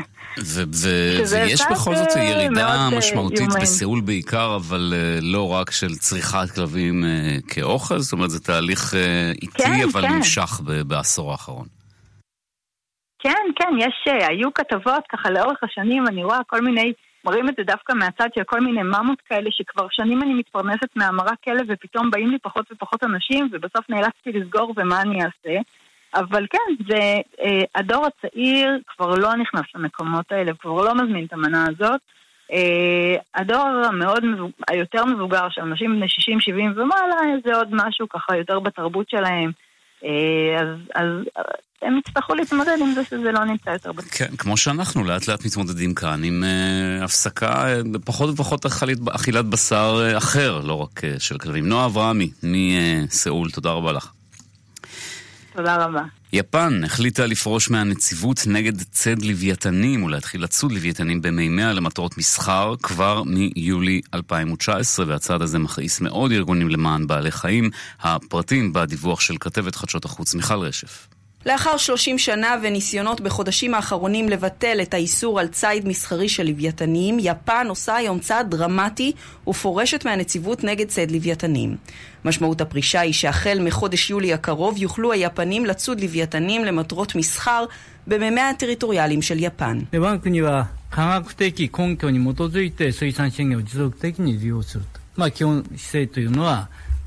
ויש בכל זאת ירידה משמעותית בסיאול בעיקר, אבל לא רק של צריכת כלבים כאוכל, זאת אומרת, זה תהליך איטי, אבל נמשך בעשור האחרון. כן, כן, יש, היו כתבות ככה לאורך השנים, אני רואה כל מיני, מראים את זה דווקא מהצד של כל מיני ממות כאלה, שכבר שנים אני מתפרנסת מהמרה כלב, ופתאום באים לי פחות ופחות אנשים, ובסוף נאלצתי לסגור ומה אני אעשה. אבל כן, זה, אה, הדור הצעיר כבר לא נכנס למקומות האלה, כבר לא מזמין את המנה הזאת. אה, הדור המאוד, היותר מבוגר, של אנשים בני שישים שבעים ומעלה, זה עוד משהו ככה יותר בתרבות שלהם. אה, אז, אז הם יצטרכו להתמודד עם זה שזה לא נמצא יותר בתרבות. כן, כמו שאנחנו לאט לאט מתמודדים כאן, עם אה, הפסקה, אה, פחות ופחות אכילת, אכילת בשר אה, אחר, לא רק אה, של כלבים. נועה אברהמי, מסיאול, תודה רבה לך. תודה רבה. יפן החליטה לפרוש מהנציבות נגד צד לוויתנים ולהתחיל לצוד לוויתנים במימיה למטרות מסחר כבר מיולי אלפיים תשע עשרה, והצעד הזה מכעיס מאוד ארגונים למען בעלי חיים. הפרטים בדיווח של כתבת חדשות החוץ מיכל רשף. לאחר שלושים שנה וניסיונות בחודשים האחרונים לבטל את האיסור על צייד מסחרי של לוויתנים, יפן עושה היום צעד דרמטי ופורשת מהנציבות נגד צייד לוויתנים. משמעות הפרישה היא שהחל מחודש יולי הקרוב יוכלו היפנים לצוד לוויתנים למטרות מסחר במימיה הטריטוריאליים של יפן. 我が国は科学的根拠に基づいて水産資源を持続的に利用すると。まあ基本姿勢というのは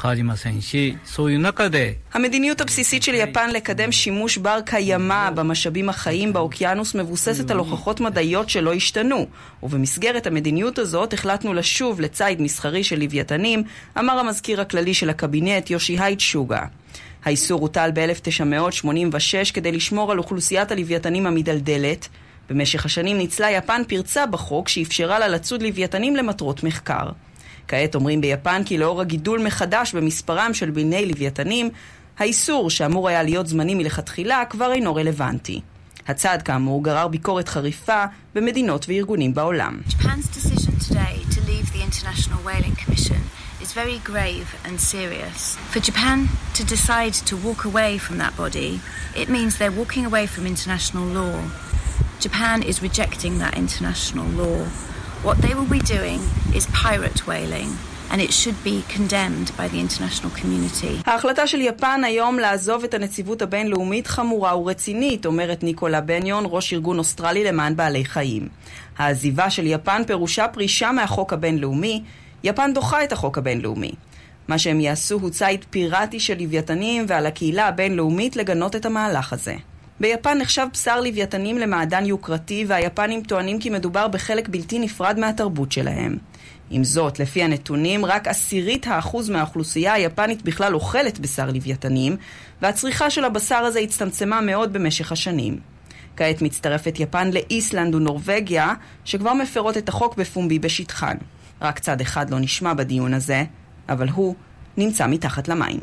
המדיניות הבסיסית של יפן לקדם שימוש בר קיימא במשאבים החיים באוקיינוס מבוססת על הוכחות מדעיות שלא השתנו, ובמסגרת המדיניות הזאת החלטנו לשוב לצייד מסחרי של לוויתנים, אמר המזכיר הכללי של הקבינט יושיהייד שוגה. האיסור הוטל ב-אלף תשע מאות שמונים ושש כדי לשמור על אוכלוסיית הלוויתנים המדלדלת. במשך השנים ניצלה יפן פרצה בחוק שאפשרה לה לצוד לוויתנים למטרות מחקר. כעת אומרים ביפן כי לאור הגידול מחדש במספרם של בני לוויתנים, האיסור שאמור היה להיות זמני מלכתחילה כבר אינו רלוונטי. הצעד כאמור גרר ביקורת חריפה במדינות וארגונים בעולם. Japan's decision today to leave the International Whaling Commission is very grave and serious. For Japan to decide to walk away from that body, it means they're walking away from international law. Japan is rejecting that international law. What they will be doing is pirate whaling, and it should be condemned by the international community. ההחלטה של יפן היום לעזוב את הנציבות הבינלאומית חמורה ורצינית, אומרת ניקולה בניון, ראש ארגון אוסטרלי למען בעלי חיים. העזיבה של יפן פירושה פרישה מהחוק הבינלאומי. יפן דוחה את החוק הבינלאומי. מה שהם יעשו הוא צייד פיראטי של לוויתנים, ועל הקהילה הבינלאומית לגנות את המהלך הזה. ביפן נחשב בשר לוויתנים למעדן יוקרתי, והיפנים טוענים כי מדובר בחלק בלתי נפרד מהתרבות שלהם. עם זאת, לפי הנתונים, רק עשירית האחוז מהאוכלוסייה היפנית בכלל אוכלת בשר לוויתנים, והצריכה של הבשר הזה הצטמצמה מאוד במשך השנים. כעת מצטרפת יפן לאיסלנד ונורווגיה, שכבר מפרות את החוק בפומבי בשטחן. רק צד אחד לא נשמע בדיון הזה, אבל הוא נמצא מתחת למים.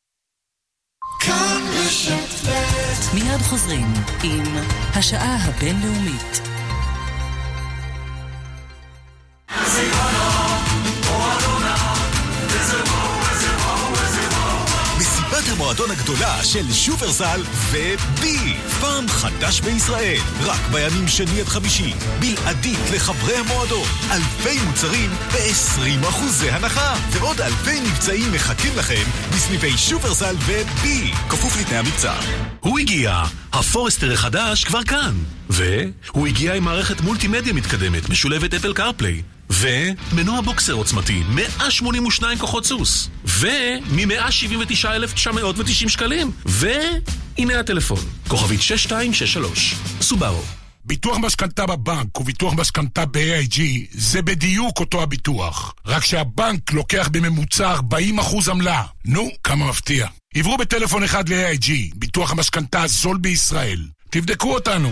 מיד חוזרים עם השעה הבינלאומית. מסיבת המועדון הגדולה של שופרסל ובי, פעם חדש בישראל, רק בימים שני עד חמישי, בלעדית לחברי המועדון, אלפי מוצרים ב-עשרים אחוז הנחה, ועוד אלפי מבצעים מחכים לכם בסניפי שופרסל ובי, כפוף לתנאי המבצע. הוא הגיע, הפורסטר החדש כבר כאן, והוא הגיע עם מערכת מולטימדיה מתקדמת, משולבת אפל קארפליי, ומנוע בוקסר עוצמתי, מאה שמונים ושניים כוחות סוס, ומ-מאה שבעים ותשעה אלף תשע מאות ותשעים שקלים, והנה הטלפון, כוכבית שש שתיים שש שלוש, סובארו. ביטוח משכנתה בבנק וביטוח משכנתה ב-איי איי ג'י זה בדיוק אותו הביטוח. רק שהבנק לוקח בממוצע ארבעים אחוז עמלה. נו, כמה מפתיע. עברו בטלפון אחד ל-איי איי ג'י, ביטוח המשכנתה הזול בישראל. תבדקו אותנו.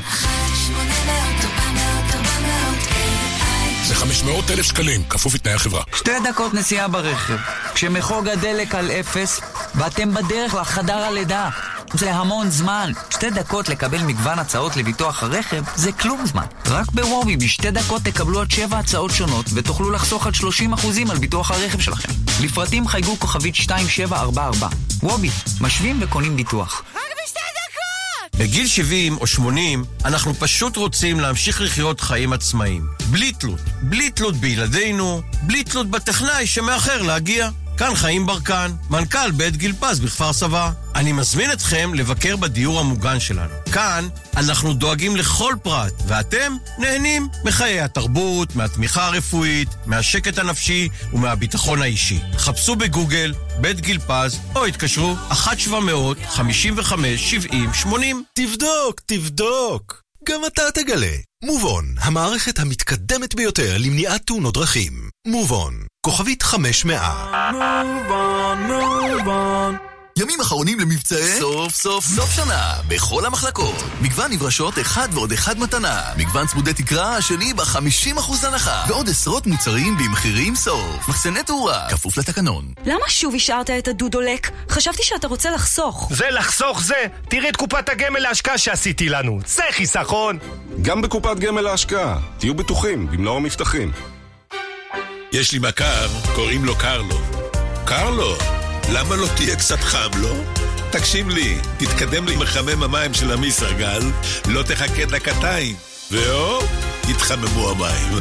זה חמש מאות אלף שקלים, כפוף לתנאי החברה. שתי דקות נסיעה ברכב. כשמחוג הדלק על אפס, ואתם בדרך לחדר הלידה. זה המון זמן. שתי דקות לקבל מגוון הצעות לביטוח הרכב זה כלום זמן. רק בוובי בשתי דקות תקבלו עד שבע הצעות שונות ותוכלו לחסוך עד שלושים אחוזים על ביטוח הרכב שלכם. לפרטים חייגו כוכבית שתיים שבע ארבע ארבע. וובי, משווים וקונים ביטוח. בגיל שבעים או שמונים אנחנו פשוט רוצים להמשיך לחיות חיים עצמאיים. בלי תלות. בלי תלות בילדינו, בלי תלות בטכנאי שמאחר להגיע. כאן חיים ברקן, מנכ"ל בית גיל פז בכפר סבא. אני מזמין אתכם לבקר בדיור המוגן שלנו. כאן אנחנו דואגים לכל פרט, ואתם נהנים מחיי התרבות, מהתמיכה הרפואית, מהשקט הנפשי ומהביטחון האישי. חפשו בגוגל בית גיל פז או התקשרו אחת שבע מאות חמישים וחמש שבעים שמונים. תבדוק, תבדוק. גם אתה תגלה. מובון, המערכת המתקדמת ביותר למניעת תאונות דרכים. מובון, כוכבית חמש מאה. מובון, מובון. ימים אחרונים למבצעי סוף סוף סוף שנה בכל המחלקות. מגוון נברשות אחד ועוד אחד מתנה. מגוון צמודי תקרה השני ב-חמישים אחוז הנחה. ועוד עשרות מוצרים במחירים סוף. מחסני תאורה, כפוף לתקנון. למה שוב השארת את הדודולק? חשבתי שאתה רוצה לחסוך. זה לחסוך זה? תראי את קופת הגמל להשקעה שעשיתי לנו. זה חיסכון. גם בקופת גמל להשקעה. תהיו בטוחים במלוא המבטחים. יש לי מכר, קוראים לו קרלו. קרלו, למה לא תהיה קצת חם, לא? תקשיב לי, תתקדם לי מחמם המים של המיסרגל, לא תחכה דקתיים, ואו, יתחממו המים.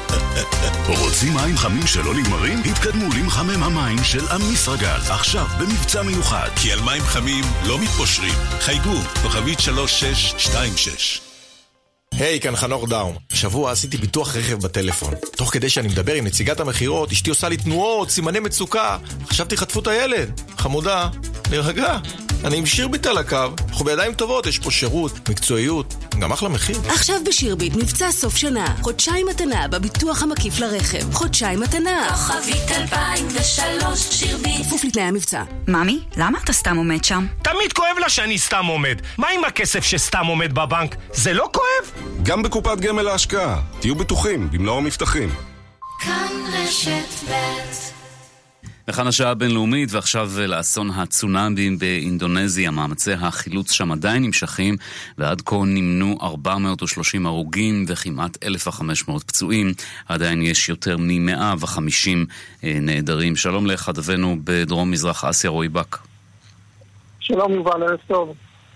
רוצים מים חמים שלא נגמרים? התקדמו למחמם המים של המיסרגל, עכשיו במבצע מיוחד. כי על מים חמים לא מתפושרים. חייגו, כוכבית שלוש שש שתיים שש. היי, כאן חנוך דאום. השבוע עשיתי ביטוח רכב בטלפון. תוך כדי שאני מדבר עם נציגת המחירות, אשתי עושה לי תנועות, סימני מצוקה. חשבתי חטפו את הילד. חמודה, נרגע. אני עם שירביט על הקו. אנחנו בידיים טובות, יש פה שירות, מקצועיות, גם אחלה מחיר. עכשיו בשירביט מבצע סוף שנה. חודשיים מתנה בביטוח המקיף לרכב. חודשיים מתנה. כוכבית אלפיים ושלוש שירביט. כפוף לתנאי המבצע. ממי, למה אתה סתם עומד שם? תמיד כואב לה שאני סתם עומד. מה עם הכסף שסתם עומד בבנק? זה לא כואב? גם בקופת גמל להשקעה. תהיו בטוחים במלוא המבטחים. כאן רשת ב'. לכאן השעה הבינלאומית, ועכשיו לאסון הצונאמי באינדונזיה. מאמצי החילוץ שם עדיין נמשכים, ועד כה נמנו ארבע מאות ושלושים הרוגים וכמעט אלף וחמש מאות פצועים. עדיין יש יותר מ-מאה וחמישים נעדרים. שלום לכתבנו בדרום מזרח אסיה, רועי בק. שלום יובל, ערב טוב.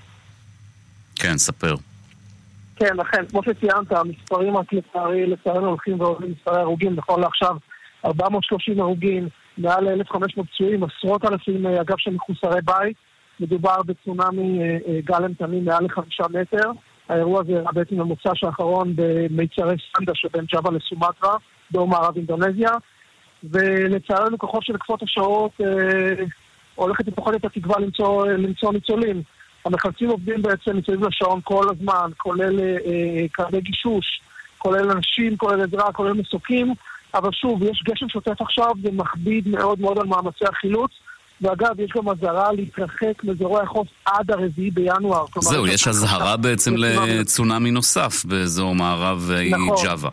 כן, ספר. כן, לכן, כמו שציינת, המספרים לצערי, לצערנו הולכים ועולים מספרי הרוגים, נכון לעכשיו ארבע מאות ושלושים הרוגים, מעל אלף וחמש מאות פצועים, עשרות אלפים אגב של מחוסרי בית. מדובר בצונאמי גל אימתני מעל לחמישה מטר. האירוע הזה היה בעצם המוצ"ש האחרון במיצרי סנדה שבין ג'אווה לסומטרה, דרום מערב אינדונזיה, ולצערנו ככל שלקפות השעות אה, הולכת ופוחדת את התקווה למצוא, למצוא ניצולים. המחלצים עובדים בעצם מסביב לשעון כל הזמן, כולל אה, קרבי גישוש, כולל אנשים, כולל עזרה, כולל מסוקים, אבל שוב, יש גשם שוטף עכשיו, זה מכביד מאוד מאוד על מאמצי החילוץ, ואגב, יש גם הזהרה להתרחק מאזורי החוף עד הרביעי בינואר. זהו, יש הזהרה בעצם לצונאמי נוסף באזור מערב אי ג'אווה.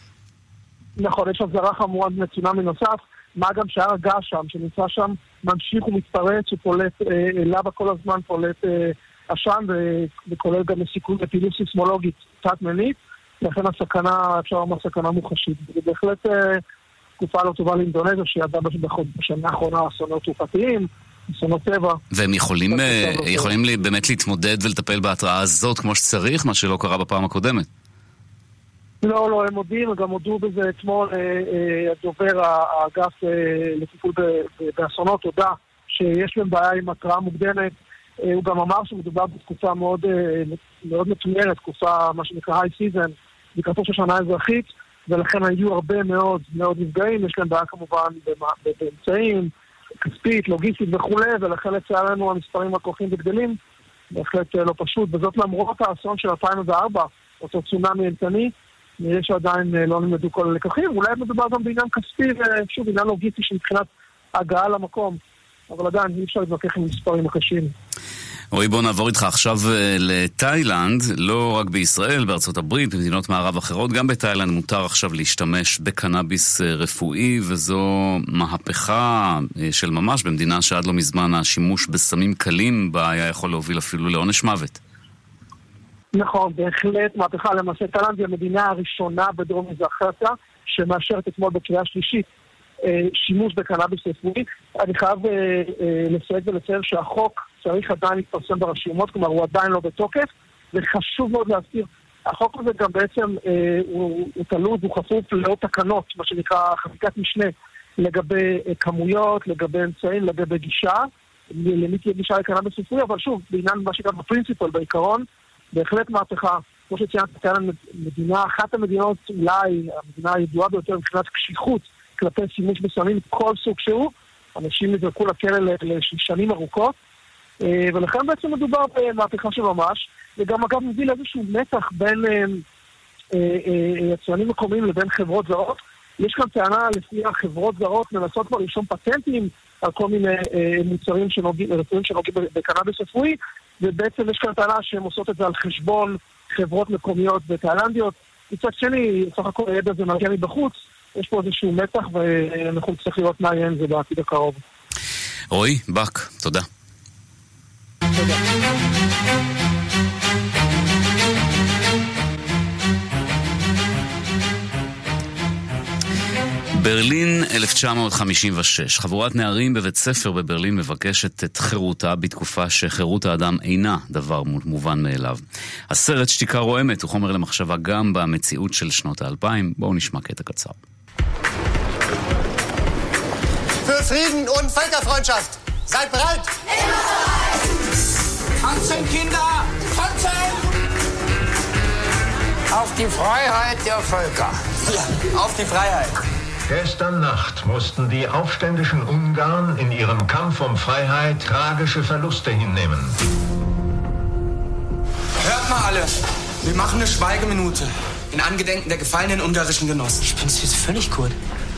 נכון, יש הזהרה חמורה לצונאמי נוסף, מה גם שהר הגעש שם, שנמצא שם, ממשיך ומתפרץ, שפולט לבה כל הזמן, פולט עשן, וכולל גם סיכון לפעילות סיסמולוגית תת-מינית, לכן הסכנה, אפשר לומר סכנה מוחשית. זה בהחלט תקופה לא טובה לאינדונזיה, שידעה בשנה האחרונה אסונות תעופתיים, אסונות טבע. והם יכולים, יכולים באמת להתמודד ולטפל בהתראה הזאת כמו שצריך, מה שלא קרה בפעם הקודמת? לא, לא, הם מודים, הם גם הודו בזה אתמול, הדובר האגף לטיפול באסונות הודע שיש להם בעיה עם התראה מוקדמת. הוא גם אמר שמדובר בתקופה מאוד, מאוד מתומרת, תקופה, מה שנקרא high season, לקראתו של שנה אזרחית, ולכן היו הרבה מאוד מאוד נפגעים, יש להם בעיה כמובן באמצעים, כספית, לוגיסטית וכו', ולכן לצערנו המספרים הכוחים וגדלים, בהחלט לא פשוט, וזאת למרות האסון של אלפיים וארבע, אותו צונאמי אימתני, נראה שעדיין לא נלמדו כל הלקחים, ואולי מדובר גם בעניין כספי, ושוב, בעניין לוגיסטי שמבחינת הגעה למקום, אבל עדיין אי אפשר להתווכח עם מספרים הקשים. רועי, בוא נעבור איתך עכשיו לתאילנד, לא רק בישראל, בארצות הברית, במדינות מערב אחרות, גם בתאילנד מותר עכשיו להשתמש בקנאביס רפואי, וזו מהפכה של ממש במדינה שעד לא מזמן השימוש בסמים קלים בה היה יכול להוביל אפילו לעונש מוות. נכון, בהחלט מהפכה. למעשה תאילנד היא המדינה הראשונה בדרום מזרח אסיה שמאשרת אתמול בקריאה שלישית שימוש בקנאביס רפואי. אני חייב לסייג ולציין שהחוק צריך עדיין להתפרסם ברשומות, כלומר הוא עדיין לא בתוקף, וחשוב מאוד להזכיר, החוק הזה גם בעצם הוא, הוא תלוי, הוא חפוף לעוד תקנות, מה שנקרא חקיקת משנה, לגבי כמויות, לגבי אמצעים, לגבי גישה, למי תהיה גישה לקנאביס רפואי, אבל שוב, בעניין מה שגם בפרינציפל, בעיקרון, בהחלט מהפכה, כמו שציינת, תאילנד מדינה, אחת המדינות, אולי המדינה הידועה ביותר מבחינת קשיחות, כלפי שימוש בסמים כל סוג שהוא, אנשים נזרקו לכלא לשנים ארוכות, ולכן בעצם מדובר במהפכה של ממש, וגם אגב מביא לאיזשהו מתח בין יצרנים מקומיים לבין חברות זרות. יש כאן טענה לפי החברות זרות מנסות כבר לרשום פטנטים על כל מיני מוצרים שנוגעים בקנאביס רפואי, ובעצם יש כאן טענה שהן עושות את זה על חשבון חברות מקומיות ותאילנדיות. מצד שני, סך הכל הידע זה מגיע מבחוץ, יש פה איזשהו מתח ואנחנו צריכים לראות מה יהיה עם זה בעתיד הקרוב. רועי, בק, תודה. תודה. ברלין אלף תשע מאות חמישים ושש. חבורת נערים בבית ספר בברלין מבקשת את חירותה בתקופה שחירות האדם אינה דבר מובן מאליו. הסרט שתיקה רועמת הוא חומר למחשבה גם במציאות של שנות האלפיים. בואו נשמע קטע קצר. Für Frieden und Völkerfreundschaft. Seid bereit? Immer bereit! Tanzen, Kinder! Tanzen! Auf die Freiheit der Völker. Ja, auf die Freiheit. Gestern Nacht mussten die aufständischen Ungarn in ihrem Kampf um Freiheit tragische Verluste hinnehmen. Hört mal alle, wir machen eine Schweigeminute in Angedenken der gefallenen ungarischen Genossen. Ich bin's jetzt völlig gut.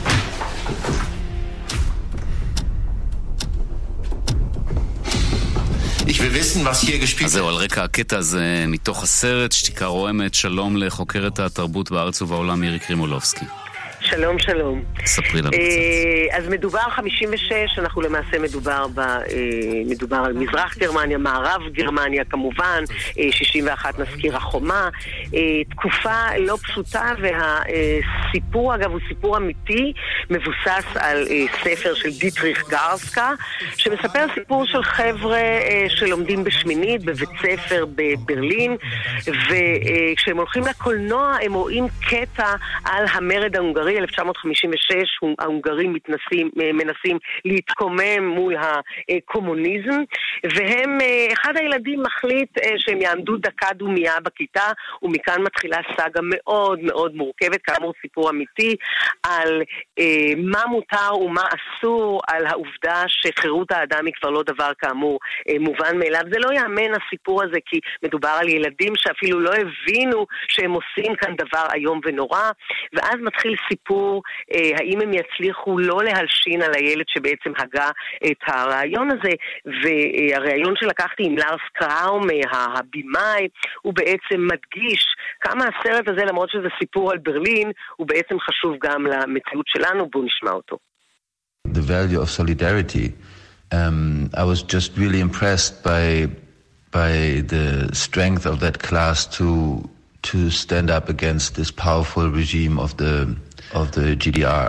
Ich will wissen, was hier gespielt אז זהו, על רקע הקטע הזה מתוך הסרט שתיקה רועמת. שלום לחוקרת התרבות בארץ ובעולם מירי קרימולובסקי. שלום, שלום. ספרי לנו קצת. אז מדובר חמישים ושש, אנחנו למעשה מדובר ב, מדובר על מזרח גרמניה, מערב גרמניה כמובן, שישים ואחת נזכיר החומה, תקופה לא פשוטה, והסיפור אגב הוא סיפור אמיתי, מבוסס על ספר של דיטריך גרסקה, שמספר סיפור של חבר'ה שלומדים בשמינית בבית ספר בברלין, וכשהם הולכים לקולנוע הם רואים קטע על המרד ההונגרי אלף תשע מאות חמישים ושש, ההונגרים מתנסים, מנסים להתקומם מול הקומוניזם, והם, אחד הילדים מחליט שהם יעמדו דקה דומייה בכיתה, ומכאן מתחילה סאגה מאוד מאוד מורכבת, כאמור סיפור אמיתי, על אה, מה מותר ומה אסור, על העובדה שחירות האדם היא כבר לא דבר כאמור אה, מובן מאליו. זה לא יאמן הסיפור הזה, כי מדובר על ילדים שאפילו לא הבינו שהם עושים כאן דבר היום ונורא, ואז מתחיל סיפור, אה, האם הם יצליחו לא להלשין על הילד שבעצם הגה את הרעיון הזה, והרעיון שלקחתי עם לארס קראום, הבימאי, הוא בעצם מדגיש כמה הסרט הזה, למרות שזה סיפור על ברלין, הוא בעצם חשוב גם למציאות שלנו. בואו נשמע אותו. The value of solidarity. Um, I was just really impressed by by the strength of that class to to stand up against this powerful regime of the of the G D R.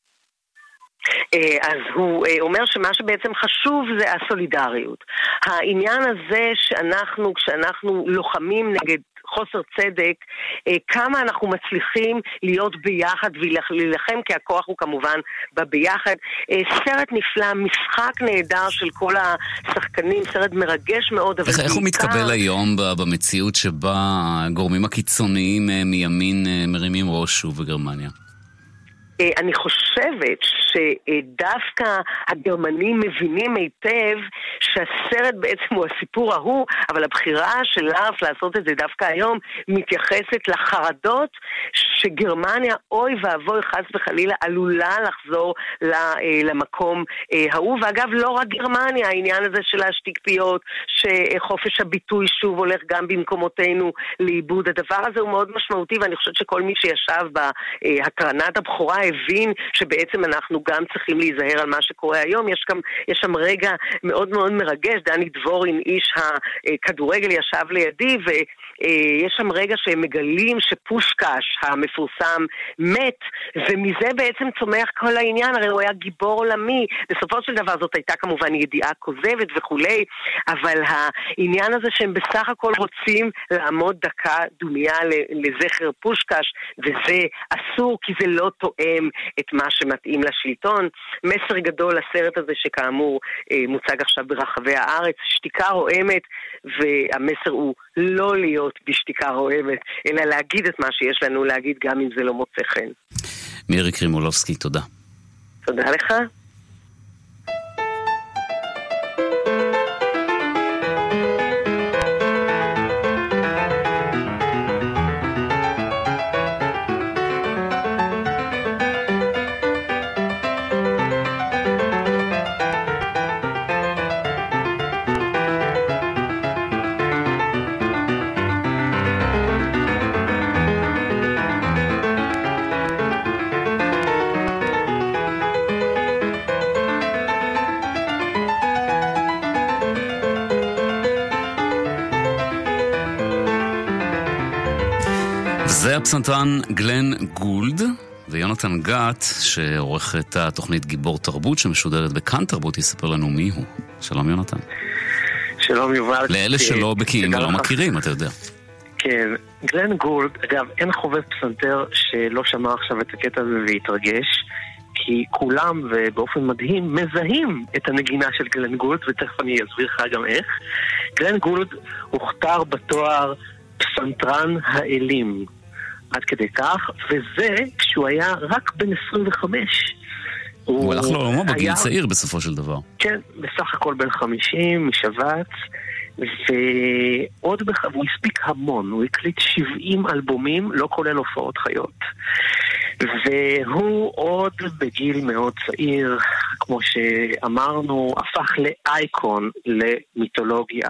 אז הוא אומר שמה שבעצם חשוב זה הסולידריות. העניין הזה שאנחנו, כשאנחנו לוחמים נגד חוסר צדק, כמה אנחנו מצליחים להיות ביחד ולהילחם, כי הכוח הוא כמובן בביחד. סרט נפלא, משחק נהדר של כל השחקנים, סרט מרגש מאוד. איך, איך הוא מתקבל היום במציאות שבה הגורמים הקיצוניים מימין מרימים ראש שוב בגרמניה? אני חושבת שדווקא הגרמנים מבינים היטב שהסרט בעצם הוא הסיפור ההוא, אבל הבחירה של לארף לעשות את זה דווקא היום מתייחסת לחרדות שגרמניה, אוי ואבוי חס וחלילה, עלולה לחזור למקום ההוא. ואגב, לא רק גרמניה, העניין הזה של להשתיק פיות, שחופש הביטוי שוב הולך גם במקומותינו לאיבוד. הדבר הזה הוא מאוד משמעותי, ואני חושבת שכל מי שישב בהקרנת הבכורה הבין שבעצם אנחנו גם צריכים להיזהר על מה שקורה היום. יש, גם, יש שם רגע מאוד מאוד מרגש, דני דבורין, איש הכדורגל, ישב לידי, ויש שם רגע שהם מגלים שפושקש המפורסם מת, ומזה בעצם צומח כל העניין. הרי הוא היה גיבור עולמי, בסופו של דבר זאת הייתה כמובן ידיעה כוזבת וכולי, אבל העניין הזה שהם בסך הכל רוצים לעמוד דקה דומיה לזכר פושקש, וזה אסור כי זה לא תואם את מה שמתאים לשלטון. מסר גדול לסרט הזה שכאמור מוצג עכשיו ברחבי הארץ, שתיקה רועמת, והמסר הוא לא להיות בשתיקה רועמת, אלא להגיד את מה שיש לנו להגיד גם אם זה לא מוצא חן. מירי קרימולובסקי, תודה. תודה לך. זה הפסנתרן גלן גולד ויונתן גת, שעורך את התוכנית גיבור תרבות שמשודרת בכאן תרבות, יספר לנו מי הוא. שלום יונתן. שלום יובל. לאלה שלא בקיאים ולא מכירים, אתה יודע. כן, גלן גולד, אגב, אין חובב פסנתר שלא שמע עכשיו את הקטע הזה והתרגש, כי כולם ובאופן מדהים מזהים את הנגינה של גלן גולד, ותכף אני אסביר לך גם איך. גלן גולד הוכתר בתואר פסנתרן האלים עד כדי כך, וזה כשהוא היה רק בן עשרים וחמש. הוא, הוא הלך לעולמו בגיל צעיר בסופו של דבר. כן, בסך הכל בן חמישים, משבץ, ועוד בח... והוא הספיק המון, הוא הקליט שבעים אלבומים, לא כולל הופעות חיות. והוא עוד בגיל מאוד צעיר, כמו שאמרנו, הפך לאייקון, למיתולוגיה.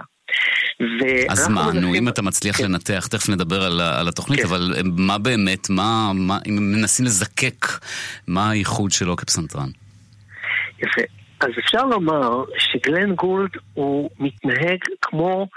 אז מה, נו, אם אתה מצליח לנתח, תכף נדבר על התוכנית, אבל מה באמת, אם מנסים לזקק, מה הייחוד שלו כפסנתרן? יפה. אז אפשר לומר שגלן גולד הוא מתנהג כמו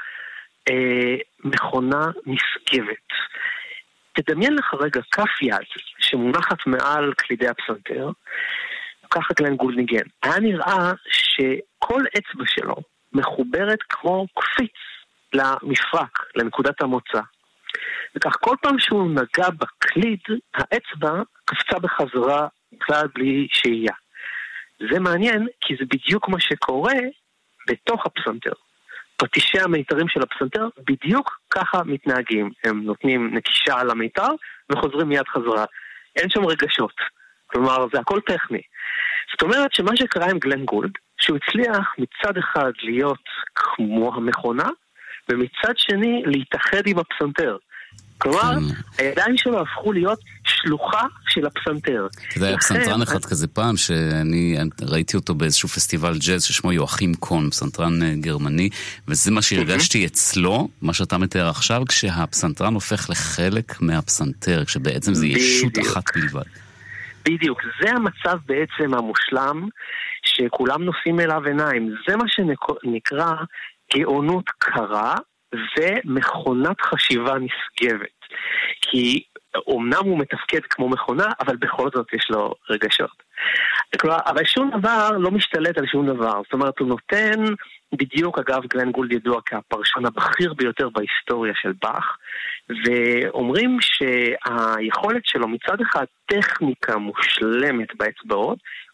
מכונה נשגבת. תדמיין לך רגע כף יד שמונחת מעל קלידי הפסנתר, ככה גלן גולד ניגן. היה נראה שכל אצבע שלו מחוברת כמו קפיץ למפרק, לנקודת המוצא. וכך כל פעם שהוא נגע בקליד, האצבע קפצה בחזרה כלל בלי שהייה. זה מעניין, כי זה בדיוק מה שקורה בתוך הפסנתר. פטישי המיתרים של הפסנתר בדיוק ככה מתנהגים. הם נותנים נקישה על המיתר וחוזרים מיד חזרה. אין שם רגשות. כלומר, זה הכל טכני. זאת אומרת שמה שקרה עם גלן גולד, שהוא הצליח מצד אחד להיות כמו המכונה, ומצד שני להתאחד עם הפסנתר. כלומר, הידיים שלו הפכו להיות שלוחה של הפסנתר. אתה יודע, פסנתרן אחד כזה פעם, שאני ראיתי אותו באיזשהו פסטיבל ג'אז ששמו יואכים קון, פסנתרן גרמני, וזה מה שהרגשתי אצלו, מה שאתה מתאר עכשיו, כשהפסנתרן הופך לחלק מהפסנתר, כשבעצם זה ישות אחת בלבד. בדיוק, זה המצב בעצם המושלם, שכולם נושאים אליו עיניים. זה מה שנקרא גאונות קרה, ומכונת חשיבה נשגבת. כי אומנם הוא מתפקד כמו מכונה, אבל בכל זאת יש לו רגשות. כלומר, אבל שום דבר לא משתלט על שום דבר. זאת אומרת, הוא נותן, בדיוק אגב גלן גולד ידוע כפרשן הבכיר ביותר בהיסטוריה של באך, ואומרים שהיכולת שלו מצד אחד טכניקה מושלמת באצבעות,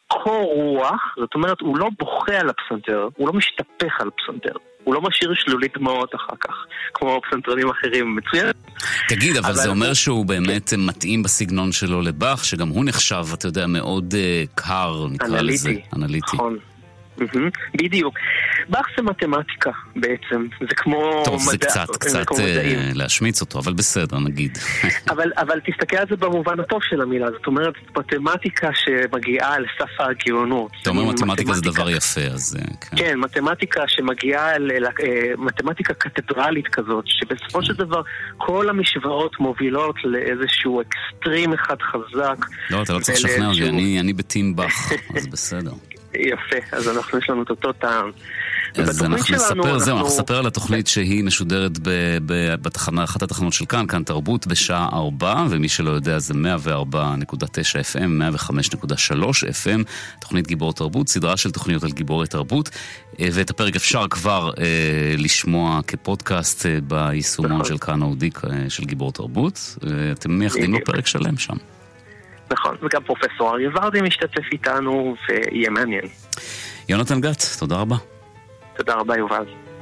קור רוח, זאת אומרת, הוא לא בוכה על הפסנתר, הוא לא משתפך על הפסנתר. הוא לא משאיר שלולית דמעות אחר כך, כמו פסנתרנים אחרים, מצוין. תגיד, אבל, אבל זה אומר שהוא באמת כן. מתאים בסגנון שלו לבח, שגם הוא נחשב, אתה יודע, מאוד uh, קר, נקרא אנליטי. לזה. אנליטי. נכון. Mm-hmm. בדיוק. באך זה מתמטיקה בעצם, זה כמו טוב, מדע, זה קצת, קצת uh, להשמיץ אותו, אבל בסדר, נגיד. אבל, אבל תסתכל על זה במובן הטוב של המילה, זאת אומרת, מתמטיקה שמגיעה לסף הגאונות. אתה אומר מתמטיקה זה דבר יפה, אז כן. כן, מתמטיקה שמגיעה, ל, מתמטיקה קתדרלית כזאת, שבסופו של דבר כל המשוואות מובילות לאיזשהו אקסטרים אחד חזק. לא, אתה לא צריך לשכנע אותי, אני, אני בטים באך, אז בסדר. יפה, אז אנחנו יש לנו את אותו טעם. אז אנחנו נספר, זהו, אנחנו נספר על התוכנית שהיא משודרת בתחנה, אחת התחנות של כאן, כאן תרבות בשעה ארבע, ומי שלא יודע זה מאה וארבע נקודה תשע אף אם, מאה וחמש נקודה שלוש אף אם, תוכנית גיבור תרבות, סדרה של תוכניות על גיבורי תרבות, ואת הפרק אפשר כבר לשמוע כפודקאסט ביישומון של כאן אודי של גיבור תרבות, אתם מייחדים לו פרק שלם שם. נכון, וגם פרופסור אריה ורדי משתתף איתנו, ויהיה מעניין. יונתן גת, תודה רבה. תודה רבה, יובל.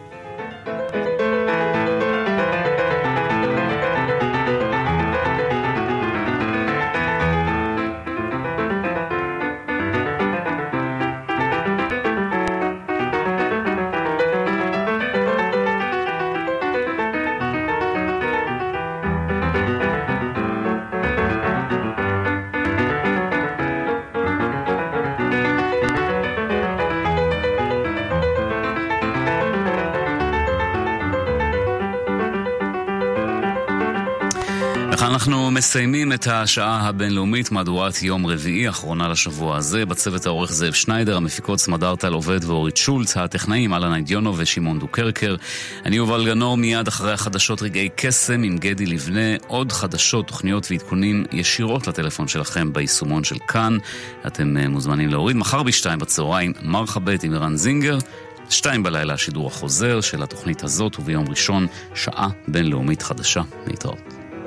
אנחנו מסיימים את השעה הבינלאומית, מהדורת יום רביעי, אחרונה לשבוע הזה. בצוות העורך זאב שניידר, המפיקות סמדארטל עובד ואורית שולץ, הטכנאים אלן איידיונו ושמעון דוקרקר. אני יובל גנור, מיד אחרי החדשות רגעי קסם עם גדי לבנה, עוד חדשות, תוכניות ועדכונים ישירות לטלפון שלכם ביישומון של כאן. אתם מוזמנים להוריד. מחר בשתיים בצהריים, מרחבת עם ערן זינגר. שתיים בלילה השידור החוזר של התוכנית הזאת, וביום ראשון שעה בינלאומית חדשה. להתראות.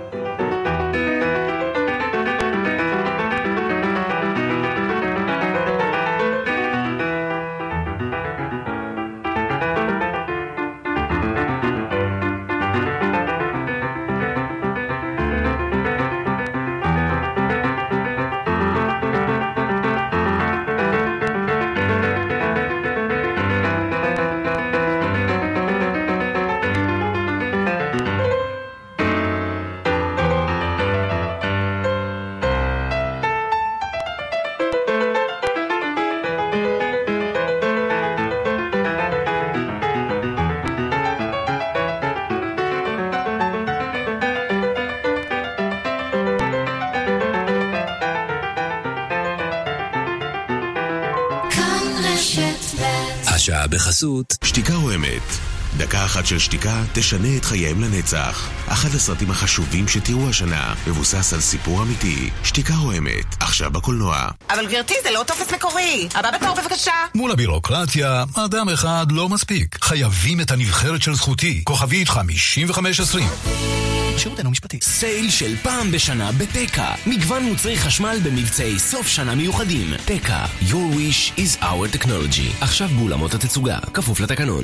השעה בחסות שתיקה או אמת. דקה אחת של שתיקה תשנה את חייהם לנצח. אחד הסרטים החשובים שתראו השנה מבוסס על סיפור אמיתי. שתיקה או אמת, עכשיו בקולנוע. אבל גברתי, זה לא טופס מקורי. הבא בתור בבקשה. מול הבירוקרטיה, אדם אחד לא מספיק. חייבים את הנבחרת של זכותי. כוכבית חמישים וחמש עשרים. שירותנו משפטי. סייל של פעם בשנה בפקה. מגוון מוצרי חשמל במבצעי סוף שנה מיוחדים. פקה, your wish is our technology. עכשיו באולמות התצוגה, כפוף לתקנון.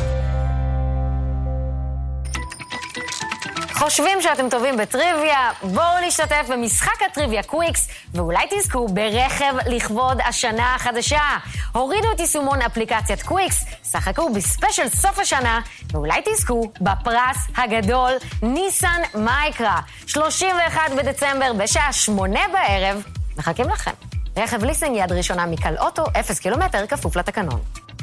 חושבים שאתם טובים בטריוויה? בואו להשתתף במשחק הטריוויה קוויקס, ואולי תזכו ברכב לכבוד השנה החדשה. הורידו את יישומון אפליקציית קוויקס, שחקו בספיישל סוף השנה, ואולי תזכו בפרס הגדול ניסן מייקרה. שלושים ואחד בדצמבר בשעה שמונה בערב. מחכים לכם. רכב ליסינג יד ראשונה מקל אוטו, אפס קילומטר, כפוף לתקנון.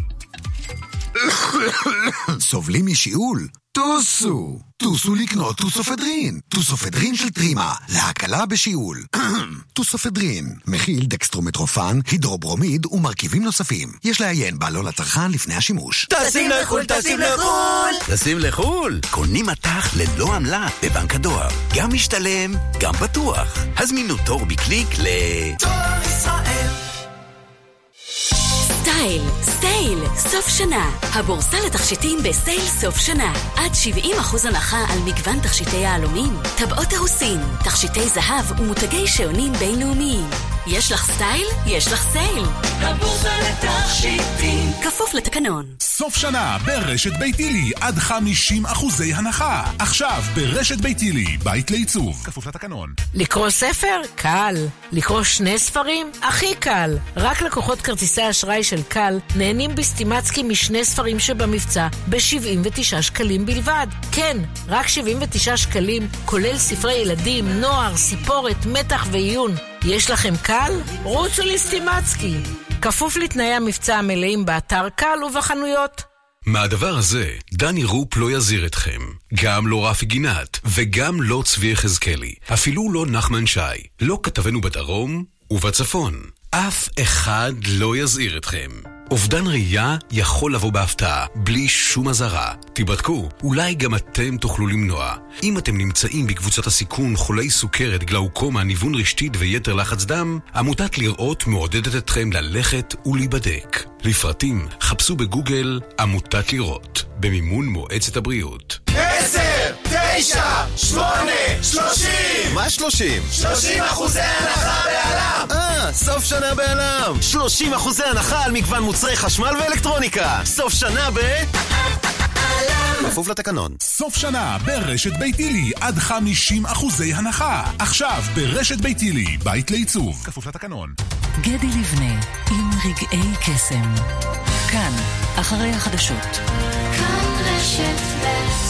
סובלים משיעול? טוסו! טוסו לקנות טוסופדרין. טוסופדרין של טרימה, להקלה בשיעול. טוסופדרין, מכיל דקסטרומטרופן, הידרוברומיד ומרכיבים נוספים. יש לעיין בעלו לצרכן לפני השימוש. טסים לחול, טסים לחול! טסים לחול! קונים מטח ללא עמלה בבנק הדואר. גם משתלם, גם בטוח. הזמינו תור בקליק ל... תור ישראל. סטייל, סטייל, סוף שנה. הבורסה לתכשיטים בסטייל סוף שנה. עד שבעים אחוז הנחה על מגוון תכשיטי העלומים, טבעות הרוסין, תכשיטי זהב ומותגי שעונים בינלאומיים. יש לך סטייל? יש לך סייל. הבורסה לתכשיטים. כפוף לתקנון. סוף שנה ברשת ביתילי עד חמישים אחוזי הנחה. עכשיו ברשת ביתילי, בית לעיצוב. כפוף לתקנון. לקרוא ספר? קל. לקרוא שני ספרים? הכי קל. רק לקוחות כרטיסי אשראי של קל נהנים בסטימצקי משני ספרים שבמבצע ב-שבעים ותשעה שקלים בלבד. כן, רק שבעים ותשעה שקלים, כולל ספרי ילדים, נוער, סיפורת, מתח ועיון. יש לכם קל? רוצו לסטימצקי. כפוף לתנאי המבצע המלאים באתר קל ובחנויות. מהדבר הזה, דני רופ לא יזיר אתכם. גם לא רפי גינת, וגם לא צבי יחזקאלי. אפילו לא נחמן שי. לא כתבנו בדרום ובצפון. אף אחד לא יזהיר אתכם. אובדן ראייה יכול לבוא בהפתעה, בלי שום עזרה. תיבדקו, אולי גם אתם תוכלו למנוע. אם אתם נמצאים בקבוצת הסיכון חולי סוכרת, גלאוקומה, ניוון רשתית ויתר לחץ דם, עמותת לראות מעודדת אתכם ללכת ולהיבדק. לפרטים, חפשו בגוגל עמותת לראות, במימון מועצת הבריאות. עשר, תשע, שמונה, שלושים. מה שלושים? שלושים אחוזי הנחה בעלם. אה, סוף שנה בעלם. שלושים אחוזי הנחה על מגוון מוצרי חשמל ואלקטרוניקה. סוף שנה ב... כפוף לתקנון. סוף שנה ברשת ביתילי עד חמישים אחוזי הנחה. עכשיו ברשת ביתילי, בית לעיצוב. כפוף לתקנון. גדי לבנה עם רגעי קסם. כאן, אחרי החדשות. כאן רשת ב'